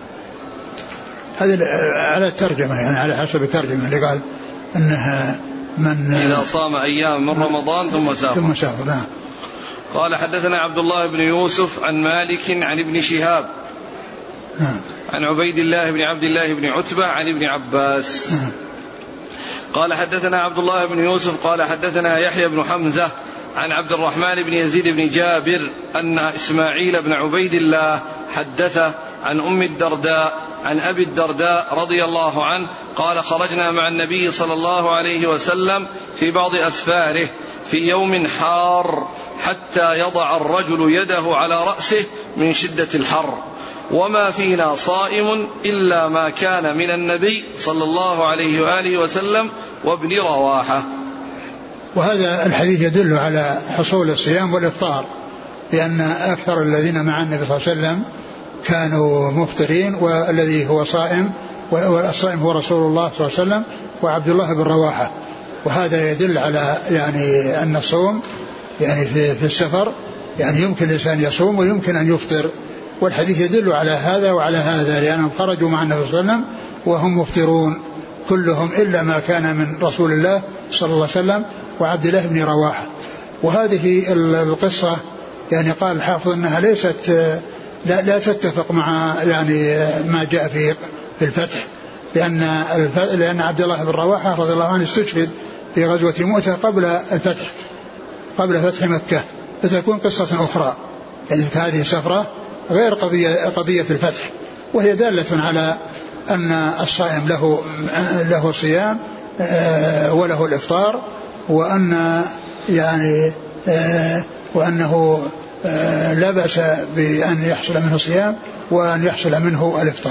هذا على الترجمة يعني على حسب الترجمة اللي قال أنها من إذا صام أيام من رمضان ثم سافر ثم سافر. نعم. قال حدثنا عبد الله بن يوسف عن مالك عن ابن شهاب نعم. عن عبيد الله بن عبد الله بن عتبة عن ابن عباس. نعم. قال حدثنا عبد الله بن يوسف قال حدثنا يحيى بن حمزة عن عبد الرحمن بن يزيد بن جابر أن إسماعيل بن عبيد الله حدثه عن أم الدرداء عن أبي الدرداء رضي الله عنه قال خرجنا مع النبي صلى الله عليه وسلم في بعض أسفاره في يوم حار حتى يضع الرجل يده على رأسه من شدة الحر، وما فينا صائم إلا ما كان من النبي صلى الله عليه وآله وسلم وابن رواحة. وهذا الحديث يدل على حصول الصيام والإفطار، لأن أكثر الذين مع النبي صلى الله عليه وسلم كانوا مفطرين، والذي هو صائم والصائم هو رسول الله صلى الله عليه وسلم وعبد الله بن رواحة. وهذا يدل على يعني أن الصوم يعني في, في السفر يعني يمكن الإنسان يصوم ويمكن أن يفطر، والحديث يدل على هذا وعلى هذا، لأنهم خرجوا مع النبي صلى الله عليه وسلم وهم مفطرون كلهم إلا ما كان من رسول الله صلى الله عليه وسلم وعبد الله بن رواحة. وهذه القصة يعني قال الحافظ أنها ليست لا, لا تتفق مع يعني ما جاء في في الفتح، لأن لأن عبد الله بن رواحة رضي الله عنه استشهد في غزوة مؤتة قبل الفتح قبل فتح مكة، فتكون قصة أخرى. يعني هذه سفرة غير قضية قضية الفتح، وهي دالة على أن الصائم له له صيام وله الإفطار، وأن يعني وأنه لا بأس بأن يحصل منه الصيام وأن يحصل منه الإفطار.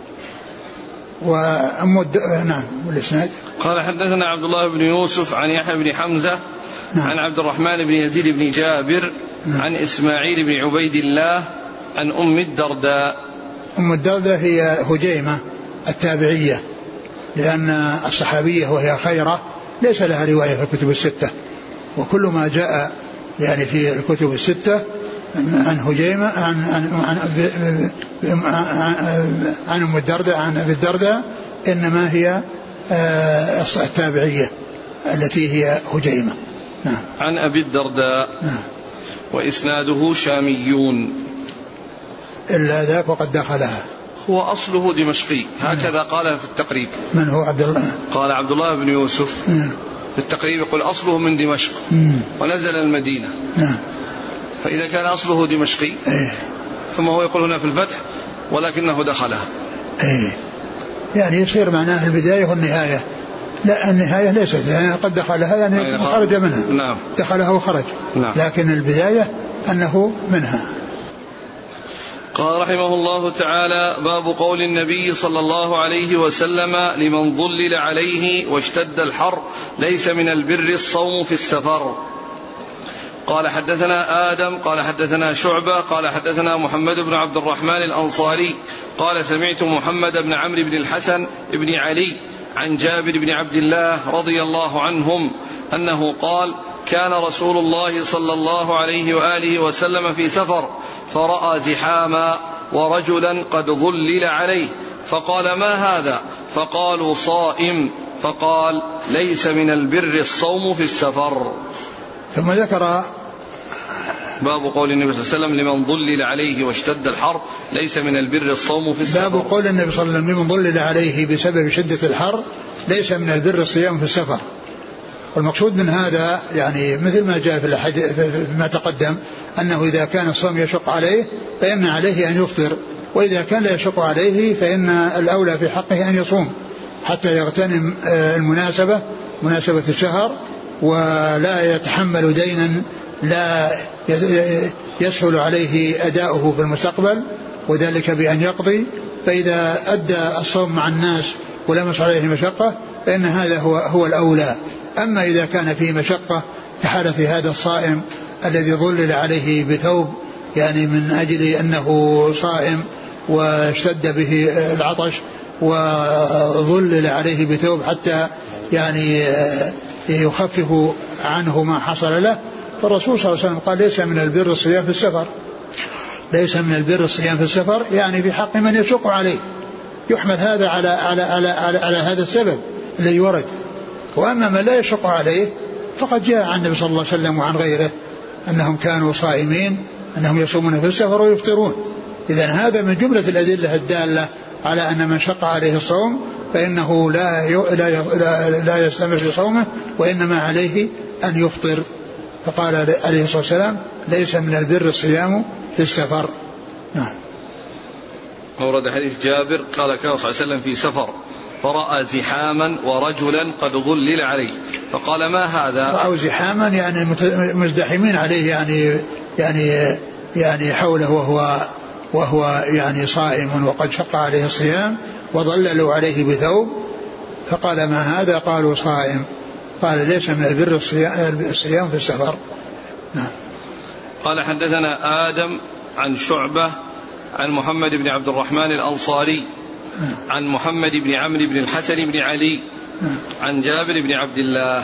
وأمد نعم والإسناد قال حدثنا عبد الله بن يوسف عن يحيى بن حمزة نعم. عن عبد الرحمن بن يزيد بن جابر نعم. عن إسماعيل بن عبيد الله عن أم الدرداء. أم الدرداء هي هجيمة التابعية، لأن الصحابية وهي خيرة ليس لها رواية في الكتب الستة، وكل ما جاء يعني في الكتب الستة عن هجيمة عن عن عن, عن أم الدرداء عن أبي الدرداء إنما هي التابعية التي هي هجيمة نعم. عن أبي الدرداء نعم. وإسناده شاميون إلا ذاك وقد دخلها. هو أصله دمشقي هكذا قال في التقريب. من هو عبد الله؟ قال عبد الله بن يوسف نعم. في التقريب يقول أصله من دمشق مم. ونزل المدينة نعم. فإذا كان أصله دمشقي إيه. ثم هو يقول هنا في الفتح ولكنه دخلها إيه. يعني يصير معناه البداية والنهاية، لا النهاية ليست يعني قد دخلها يعني خرج منها نعم. دخلها وخرج نعم. لكن البداية أنه منها. قال رحمه الله تعالى: باب قول النبي صلى الله عليه وسلم لمن ظلل عليه واشتد الحر ليس من البر الصوم في السفر. قال حدثنا آدم قال حدثنا شعبة قال حدثنا محمد بن عبد الرحمن الأنصاري قال سمعت محمد بن عمرو بن الحسن بن علي عن جابر بن عبد الله رضي الله عنهم أنه قال: كان رسول الله صلى الله عليه وآله وسلم في سفر فرأى زحاما ورجلا قد ظلل عليه فقال: ما هذا؟ فقالوا: صائم. فقال: ليس من البر الصوم في السفر. ثم ذكر باب قول النبي صلى الله عليه وسلم لمن ظلل عليه واشتد الحر ليس من البر الصوم في السفر. باب قول النبي صلى الله عليه وسلم لمن ظلل عليه بسبب شدة الحر ليس من البر الصيام في السفر. والمقصود من هذا يعني مثل ما جاء في الحديث ما تقدم أنه إذا كان الصوم يشق عليه فإن عليه أن يفطر، وإذا كان لا يشق عليه فإن الأولى في حقه أن يصوم حتى يغتنم المناسبة مناسبة الشهر، ولا يتحمل دينا لا يسهل عليه أداؤه في المستقبل، وذلك بأن يقضي. فإذا أدى الصوم مع الناس ولم يصل عليه مشقة فإن هذا هو, هو الأولى. أما إذا كان فيه مشقة كحالة هذا الصائم الذي ظلل عليه بثوب يعني من أجل أنه صائم واشتد به العطش وظلل عليه بثوب حتى يعني يخفف عنه ما حصل له، فالرسول صلى الله عليه وسلم قال: ليس من البر الصيام في السفر. ليس من البر الصيام في السفر يعني في حق من يشق عليه، يحمل هذا على على على على, على هذا السبب الذي ورد. وأما من لا يشق عليه فقد جاء عن النبي صلى الله عليه وسلم وعن غيره أنهم كانوا صائمين أنهم يصومون في السفر ويفطرون. إذن هذا من جملة الأدلة الدالة على أن من شق عليه الصوم فإنه لا لا لا يستمر في صومه وإنما عليه أن يفطر. فقال عليه الصلاة والسلام: ليس من البر الصيام في السفر. نعم. أورد حديث جابر قال: كان صلى الله عليه وسلم في سفر فرأى زحاما ورجلا قد ظلل عليه فقال: ما هذا؟ رأوا زحاما يعني مزدحمين عليه يعني يعني يعني حوله وهو وهو يعني صائم وقد شق عليه الصيام وظللوا عليه بثوب، فقال: ما هذا؟ قالوا: صائم. قال: ليس من البر الصيام في السفر. نعم. قال حدثنا آدم عن شعبة عن محمد بن عبد الرحمن الأنصاري عن محمد بن عمرو بن الحسن بن علي عن جابر بن عبد الله.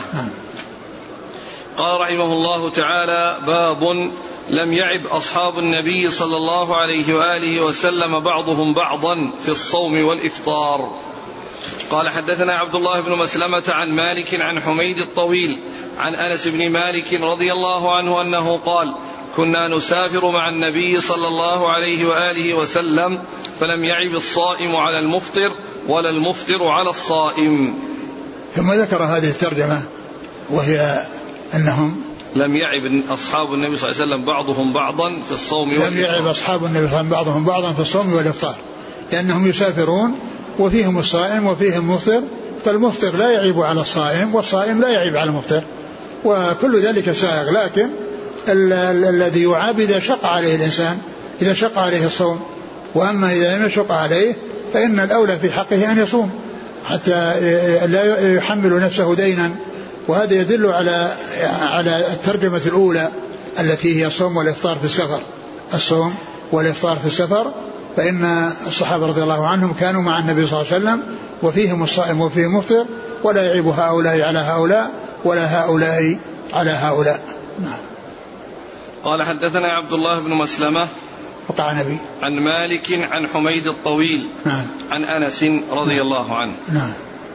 قال رحمه الله تعالى: باب لم يعب أصحاب النبي صلى الله عليه وآله وسلم بعضهم بعضا في الصوم والإفطار. قال حدثنا عبد الله بن مسلمة عن مالك عن حميد الطويل عن أنس بن مالك رضي الله عنه أنه قال: كنا نسافر مع النبي صلى الله عليه وآله وسلم فلم يعب الصائم على المفطر ولا المفطر على الصائم. ثم ذكر هذه الترجمة وهي أنهم لم يعب أصحاب النبي صلى الله عليه وسلم بعضهم بعضا في الصوم والإفطار. لم يعب أصحاب النبي صلى الله عليه وسلم بعضهم بعضا في الصوم والإفطار، لأنهم يسافرون وفيهم الصائم وفيهم مفطر، فالمفطر لا يعيب على الصائم والصائم لا يعيب على المفطر، وكل ذلك سائغ. لكن ال- ال- الذي يعاب إذا شق عليه الإنسان، إذا شق عليه الصوم. وأما إذا لم يشق عليه فإن الأولى في حقه أن يصوم حتى لا يحمل نفسه دينا. وهذا يدل على على الترجمة الأولى التي هي الصوم والإفطار في السفر. الصوم والإفطار في السفر، فإن الصحابة رضي الله عنهم كانوا مع النبي صلى الله عليه وسلم وفيهم الصائم وفيهم مفطر، ولا يعيب هؤلاء على هؤلاء ولا هؤلاء على هؤلاء. نعم. قال: حدثنا عبد الله بن مسلمة وقع نبي عن مالك عن حميد الطويل. نعم. عن أنس رضي نعم. الله عنه. نعم.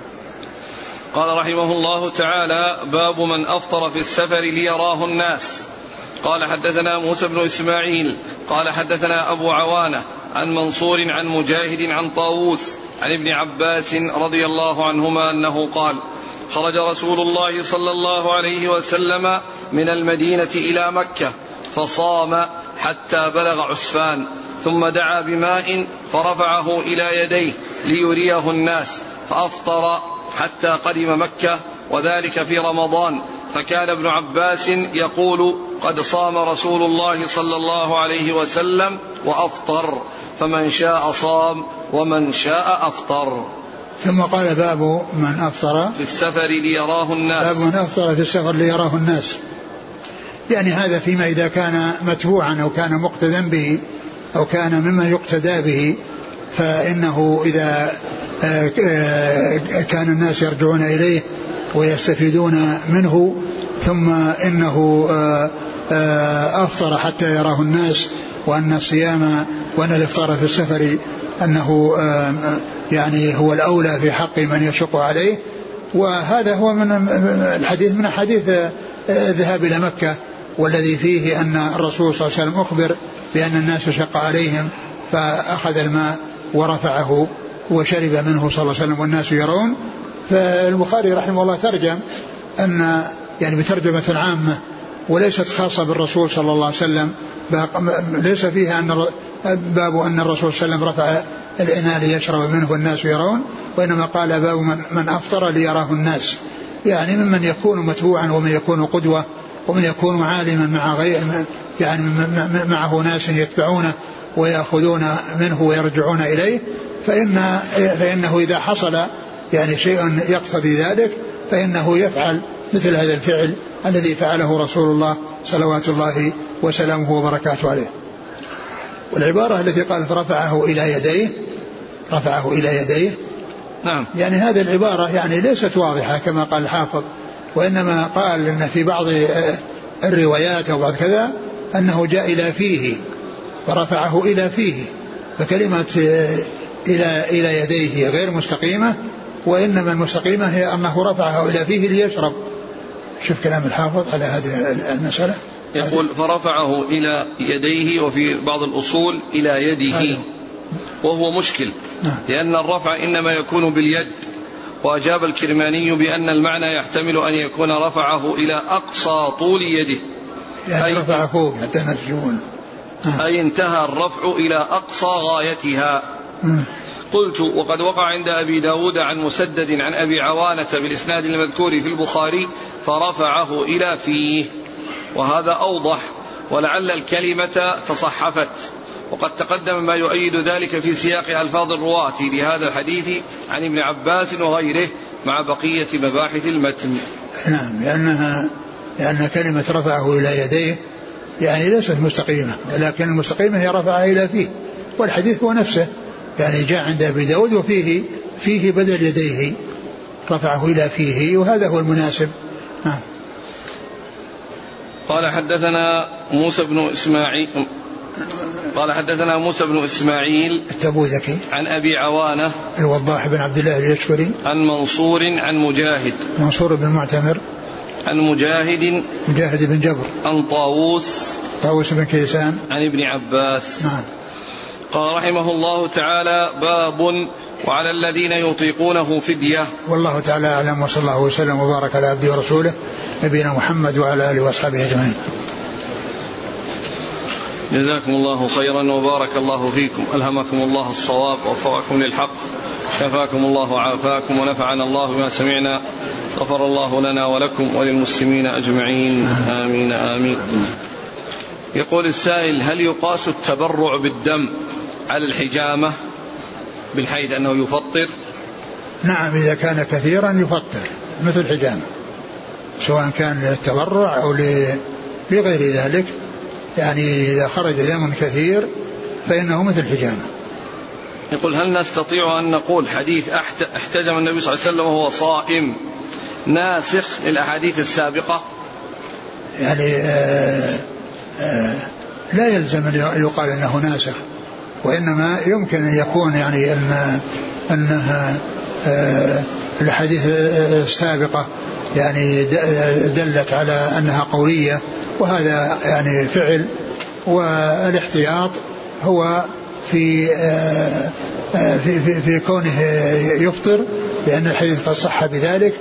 قال رحمه الله تعالى: باب من أفطر في السفر ليراه الناس. قال: حدثنا موسى بن إسماعيل قال حدثنا أبو عوانة عن منصور عن مجاهد عن طاووس عن ابن عباس رضي الله عنهما أنه قال: خرج رسول الله صلى الله عليه وسلم من المدينة إلى مكة فصام حتى بلغ عسفان، ثم دعا بماء فرفعه إلى يديه ليريه الناس، فأفطر حتى قدم مكة، وذلك في رمضان. فكان ابن عباس يقول: قد صام رسول الله صلى الله عليه وسلم وأفطر، فمن شاء صام ومن شاء أفطر. ثم قال: باب من أفطر في السفر ليراه الناس. باب من أفطر في السفر ليراه الناس، يعني هذا فيما إذا كان متبوعا أو كان مقتدى به أو كان مما يقتدى به، فإنه إذا كان الناس يرجعون إليه ويستفيدون منه، ثم إنه أفطر حتى يراه الناس، وأن الصيام وأن الإفطار في السفر أنه يعني هو الأولى في حق من يشق عليه. وهذا هو من الحديث من حديث الذهاب إلى مكة، والذي فيه أن الرسول صلى الله عليه وسلم أخبر بأن الناس شق عليهم فأخذ الماء ورفعه وشرب منه صلى الله عليه وسلم والناس يرون. فالبخاري رحمه الله ترجم أن يعني بترجمة عامة وليست خاصة بالرسول صلى الله عليه وسلم، ليس فيها أن باب أن الرسول صلى الله عليه وسلم رفع الإناء ليشرب منه والناس يرون، وإنما قال باب من, من أفطر ليراه الناس، يعني ممن يكون متبوعا ومن يكون قدوة ومن يكون عالما مع غير يعني معه ناس يتبعونه ويأخذون منه ويرجعون إليه، فإن فإنه إذا حصل يعني شيء يقتضي ذلك فإنه يفعل مثل هذا الفعل الذي فعله رسول الله صلوات الله وسلامه وبركاته عليه. والعبارة التي قال فرفعه إلى يديه، رفعه إلى يديه، نعم، يعني هذه العبارة يعني ليست واضحة كما قال الحافظ، وإنما قال إن في بعض الروايات أو بعض كذا أنه جاء إلى فيه فرفعه إلى فيه، فكلمة إلى إلى يديه غير مستقيمة، وإنما المستقيمة هي أنه رفعه إلى فيه ليشرب. شوف كلام الحافظ على هذه المسألة، يقول فرفعه إلى يديه، وفي بعض الأصول إلى يده هذا. وهو مشكل نعم. لأن الرفع إنما يكون باليد. وأجاب الكرماني بأن المعنى يحتمل أن يكون رفعه إلى أقصى طول يده، يعني أي رفع فوق حتى نسجون نعم. أي انتهى الرفع إلى أقصى غايتها. م. قلت: وقد وقع عند أبي داود عن مسدد عن أبي عوانة بالإسناد المذكور في البخاري فرفعه إلى فيه، وهذا أوضح، ولعل الكلمة تصحفت، وقد تقدم ما يؤيد ذلك في سياق ألفاظ الرواة لهذا الحديث عن ابن عباس وغيره مع بقية مباحث المتن. نعم، لأنها لأن كلمة رفعه إلى يديه يعني ليست مستقيمة، ولكن المستقيمة هي رفعه إلى فيه، والحديث هو نفسه يعني جاء عند أبي داود وفيه فيه بدل يديه، رفعه إلى فيه، وهذا هو المناسب. نعم. قال حدثنا موسى بن إسماعيل قال حدثنا موسى بن إسماعيل التبوذكي عن أبي عوانة الوضاح بن عبد الله اليشكري عن منصور عن مجاهد منصور بن معتمر عن مجاهد مجاهد بن جبر عن طاووس طاووس بن كيسان عن ابن عباس. نعم. قال رحمه الله تعالى: باب وعلى الذين يطيقونه فدية. والله تعالى أعلم، وصلى الله وسلم وبارك على عبده ورسوله نبينا محمد وعلى آله وأصحابه أجمعين. جزاكم الله خيرا وبارك الله فيكم، ألهمكم الله الصواب ووفقكم للحق، شفاكم الله وعافاكم ونفعنا الله بما سمعنا، غفر الله لنا ولكم وللمسلمين أجمعين، آمين آمين. يقول السائل: هل يقاس التبرع بالدم على الحجامة من حيث أنه يفطر؟ نعم، إذا كان كثيرا يفطر مثل الحجامة، سواء كان للتبرع أو لغير ذلك، يعني إذا خرج دم كثير فإنه مثل الحجامة. يقول: هل نستطيع أن نقول حديث احتجم النبي صلى الله عليه وسلم وهو صائم ناسخ للأحاديث السابقة؟ يعني آآ آآ لا يلزم أن يقال أنه ناسخ، وإنما يمكن أن يكون يعني أن أنها الأحاديث السابقة يعني دلت على أنها قولية، وهذا يعني فعل، والاحتياط هو في في في, في كونه يفطر، لأن الحديث قد صح بذلك،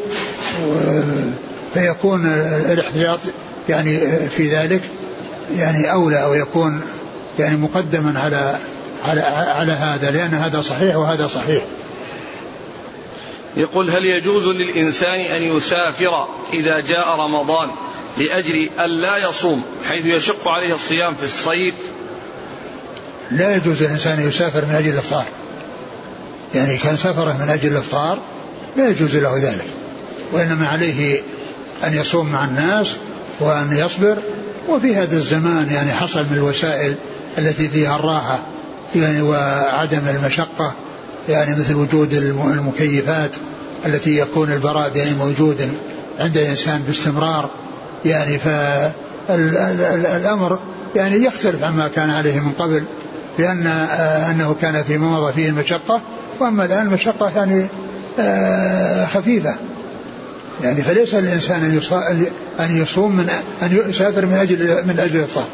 فيكون الاحتياط يعني في ذلك يعني أولى، أو يكون يعني مقدما على على على هذا، لأن هذا صحيح وهذا صحيح. يقول: هل يجوز للإنسان أن يسافر إذا جاء رمضان لأجل أن لا يصوم حيث يشق عليه الصيام في الصيف؟ لا يجوز للإنسان أن يسافر من أجل الإفطار، يعني كان سفره من أجل الإفطار لا يجوز له ذلك، وإنما عليه أن يصوم مع الناس وأن يصبر. وفي هذا الزمان يعني حصل من الوسائل التي فيها الراحة يعني وعدم المشقة، يعني مثل وجود المكيفات التي يكون البراد يعني موجودا عند الإنسان باستمرار، يعني فالأمر يعني يختلف عما كان عليه من قبل، لأن أنه كان في مضى فيه المشقة، وأما الآن المشقة يعني خفيفة، يعني فليس الإنسان أن يصوم من أن يسافر من أجل من أجل الطهر.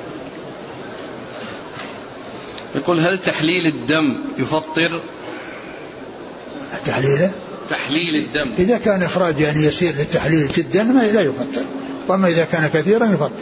يقول: هل تحليل الدم يفطر؟ تحليله تحليل الدم إذا كان إخراج يعني يسير للتحليل جدا ما لا يفطر، وأما إذا كان كثيرا يفطر.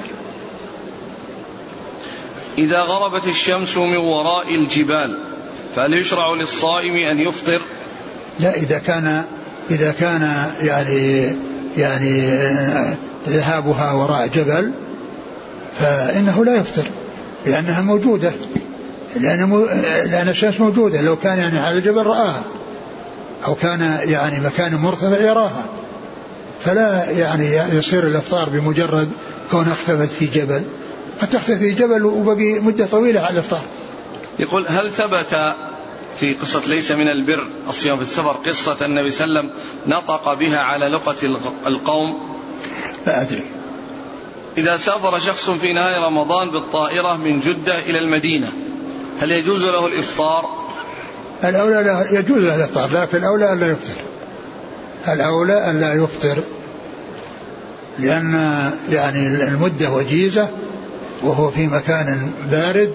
إذا غربت الشمس من وراء الجبال فهل يشرع للصائم أن يفطر؟ لا، إذا كان إذا كان يعني يعني ذهابها وراء جبل فإنه لا يفطر، لأنها موجودة، لأن لأن الشمس موجودة. لو كان يعني على الجبل رآها، أو كان يعني مكان مرتفع يراها، فلا يعني يصير الإفطار بمجرد كونها اختفت في جبل، قد تختفي في جبل وبقي مدة طويلة على الإفطار. يقول: هل ثبت في قصة ليس من البر الصيام في السفر قصة النبي صلى الله عليه وسلم نطق بها على لقة القوم؟ لا أدري. إذا سافر شخص في نهاية رمضان بالطائرة من جدة إلى المدينة هل يجوز له الإفطار؟ الأولى لا يجوز له الإفطار، لكن الأولى أن لا يفطر، الأولى أن لا يفطر، لأن يعني المدة وجيزة وهو في مكان بارد،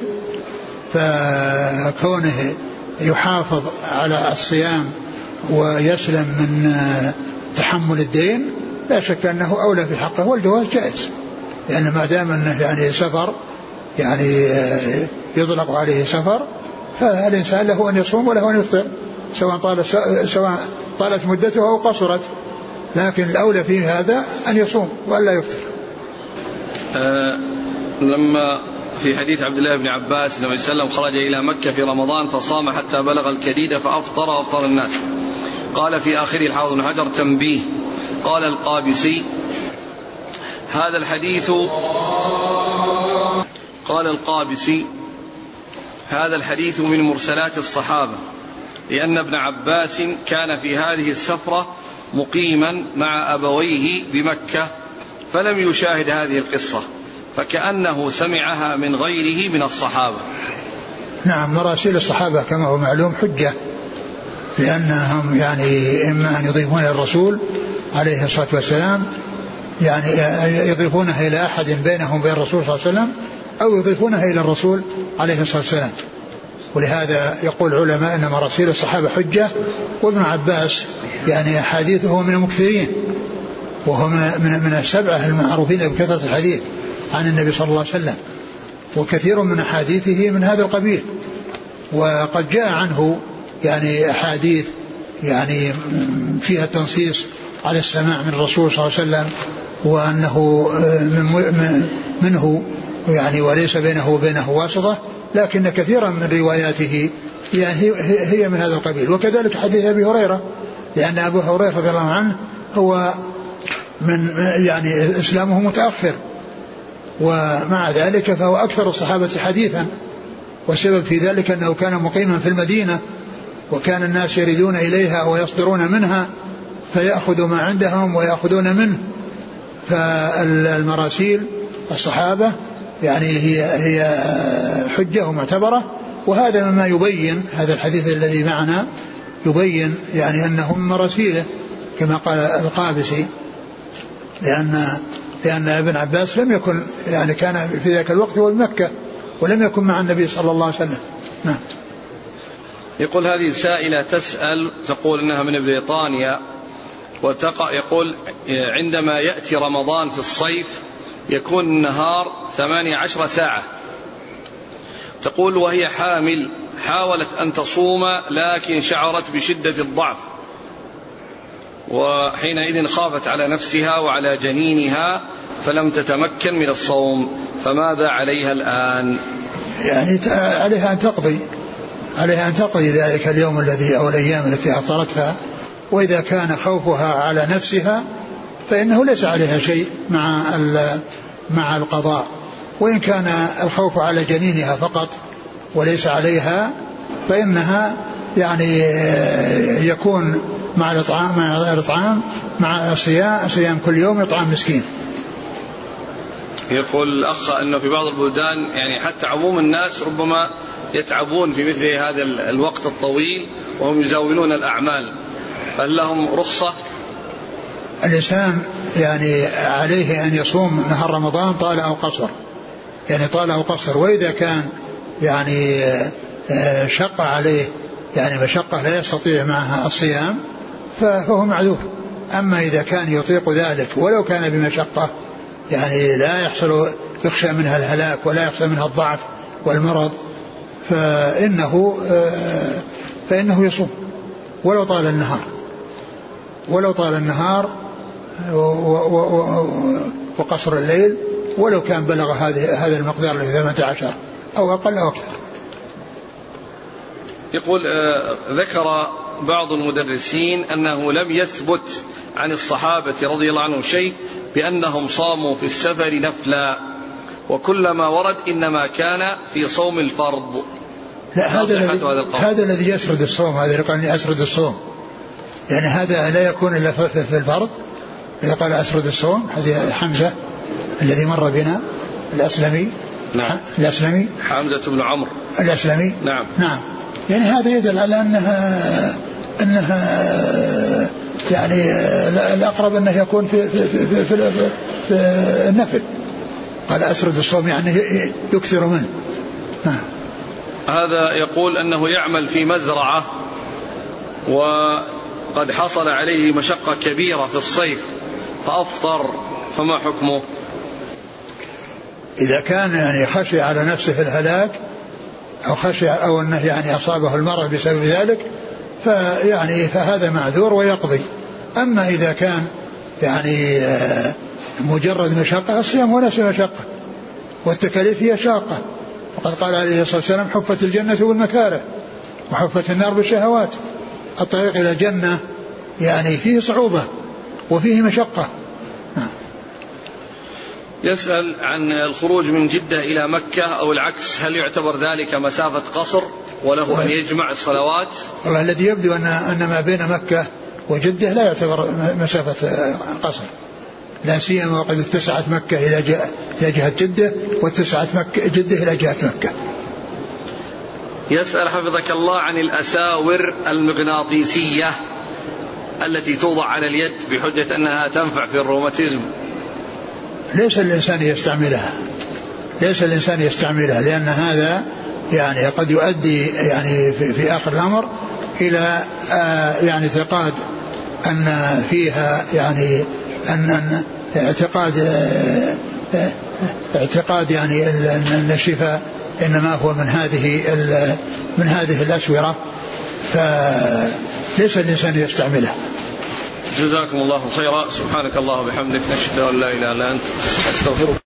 فكونه يحافظ على الصيام ويسلم من تحمل الدين لا شك أنه أولى في حقه، والجواز جائز، لأن ما دام أنه يعني سفر يعني يطلق عليه سفر، فالإنسان له أن يصوم وله أن يفطر، سواء طالت سواء طالت مدته أو قصرت، لكن الأولى في هذا أن يصوم وألا يفطر. أه لما في حديث عبد الله بن عباس النبي صلى الله عليه وسلم خرج إلى مكة في رمضان فصام حتى بلغ الكديد فأفطر وأفطر الناس، قال في آخره الحافظ بن حجر: تنبيه. قال القابسي: هذا الحديث قال القابسي هذا الحديث من مرسلات الصحابة، لأن ابن عباس كان في هذه السفرة مقيما مع أبويه بمكة فلم يشاهد هذه القصة، فكأنه سمعها من غيره من الصحابة. نعم، مراسيل الصحابة كما هو معلوم حجة، لأنهم يعني إما أن يضيفون الرسول عليه الصلاة والسلام يعني يضيفونها إلى أحد بينهم وبين الرسول صلى الله عليه وسلم أو يضيفونها إلى الرسول عليه الصلاة والسلام. ولهذا يقول العلماء أن مراسيل الصحابة حجة. وابن عباس يعني حديثه من المكثرين، وهو من من السبعة المعروفين بكثرة الحديث عن النبي صلى الله عليه وسلم، وكثير من أحاديثه من هذا القبيل. وقد جاء عنه يعني أحاديث يعني فيها التنصيص على السماع من الرسول صلى الله عليه وسلم، وأنه من منه يعني وليس بينه وبينه واسطة، لكن كثيرا من رواياته يعني هي من هذا القبيل. وكذلك حديث أبي هريرة، لأن أبو هريرة رضي الله عنه هو من يعني إسلامه متأخر، ومع ذلك فهو أكثر الصحابة حديثا، والسبب في ذلك أنه كان مقيما في المدينة، وكان الناس يريدون إليها ويصدرون منها فيأخذوا ما عندهم ويأخذون منه. فالمراسيل الصحابة يعني هي هي حجة ومعتبرة. وهذا مما يبين هذا الحديث الذي معنا يبين يعني أنه من مراسيله كما قال القابسي، لأن لأن ابن عباس لم يكن يعني كان في ذاك الوقت هو بمكة ولم يكن مع النبي صلى الله عليه وسلم. نعم. يقول هذه سائلة تسأل تقول إنها من بريطانيا، وتقع يقول عندما يأتي رمضان في الصيف يكون النهار ثمانية عشر ساعة، تقول وهي حامل حاولت أن تصوم لكن شعرت بشدة الضعف، وحينئذ خافت على نفسها وعلى جنينها فلم تتمكن من الصوم، فماذا عليها الآن؟ يعني عليها أن تقضي عليها أن تقضي ذلك اليوم الذي أو الأيام التي أفطرتها. وإذا كان خوفها على نفسها فإنه ليس عليها شيء مع مع القضاء، وإن كان الخوف على جنينها فقط وليس عليها فإنها يعني يكون مع الإطعام مع الإطعام مع الصيام صيام كل يوم إطعام مسكين. يقول الأخ أنه في بعض البلدان يعني حتى عموم الناس ربما يتعبون في مثل هذا الوقت الطويل وهم يزاولون الأعمال، هل لهم رخصة؟ الإنسان يعني عليه أن يصوم نهار رمضان طال أو قصر، يعني طال أو قصر. وإذا كان يعني شق عليه يعني مشقة لا يستطيع معها الصيام فهو معذور. أما إذا كان يطيق ذلك ولو كان بمشقة يعني لا يحصل يخشى منها الهلاك ولا يخشى منها الضعف والمرض فإنه فإنه يصوم ولو طال النهار ولو طال النهار وقصر الليل، ولو كان بلغ هذا هذا المقدار الذي ثمانية عشر أو أقل أو أكثر. يقول آه ذكر بعض المدرسين أنه لم يثبت عن الصحابة رضي الله عنهم شيء بأنهم صاموا في السفر نفلا، وكلما ورد إنما كان في صوم الفرض. لا هذا الذي هذا الذي يسرد الصوم، هذا اللي قال يسرد الصوم، يعني هذا لا يكون إلا في الفرض. إذا قال أسرد الصوم هذه حمزة الذي مر بنا الأسلمي. نعم. الأسلمي حمزة بن عمرو الأسلمي. نعم نعم. يعني هذا يدل على أنها أنها يعني الأقرب أنه يكون في في في, في, في, في النفل. قال أسرد الصوم يعني يكثر منه. نعم. هذا يقول أنه يعمل في مزرعة وقد حصل عليه مشقة كبيرة في الصيف فأفطر، فما حكمه؟ إذا كان يعني خشي على نفسه الهلاك أو خشي أو أنه يعني أصابه المرض بسبب ذلك فيعني فهذا معذور ويقضي. أما إذا كان يعني مجرد مشقة، الصيام وليس مشقة والتكاليف هي شاقة، وقد قال عليه الصلاة والسلام حفت الجنة بالمكاره وحفت النار بالشهوات. الطريق إلى الجنة يعني فيه صعوبة وفيه مشقة. يسأل عن الخروج من جدة إلى مكة أو العكس، هل يعتبر ذلك مسافة قصر وله أن يجمع الصلوات؟ والله الذي يبدو أن أن ما بين مكة وجدة لا يعتبر مسافة قصر، لا سيما وقد اتسعت مكة إلى جهة جدة واتسعت مكة جدة إلى جهة مكة. يسأل حفظك الله عن الأساور المغناطيسية التي توضع على اليد بحجة أنها تنفع في الروماتيزم، ليس الإنسان يستعملها ليس الإنسان يستعملها لأن هذا يعني قد يؤدي يعني في, في آخر الأمر إلى آه يعني اعتقاد أن فيها يعني أن, أن اعتقاد آه اعتقاد يعني أن الشفاء إنما هو من هذه من هذه الأسورة، فليس الإنسان يستعملها. جزاكم الله خيرا. سبحانك اللهم وبحمدك، نشهد أن لا إله إلا أنت، أستغفرك.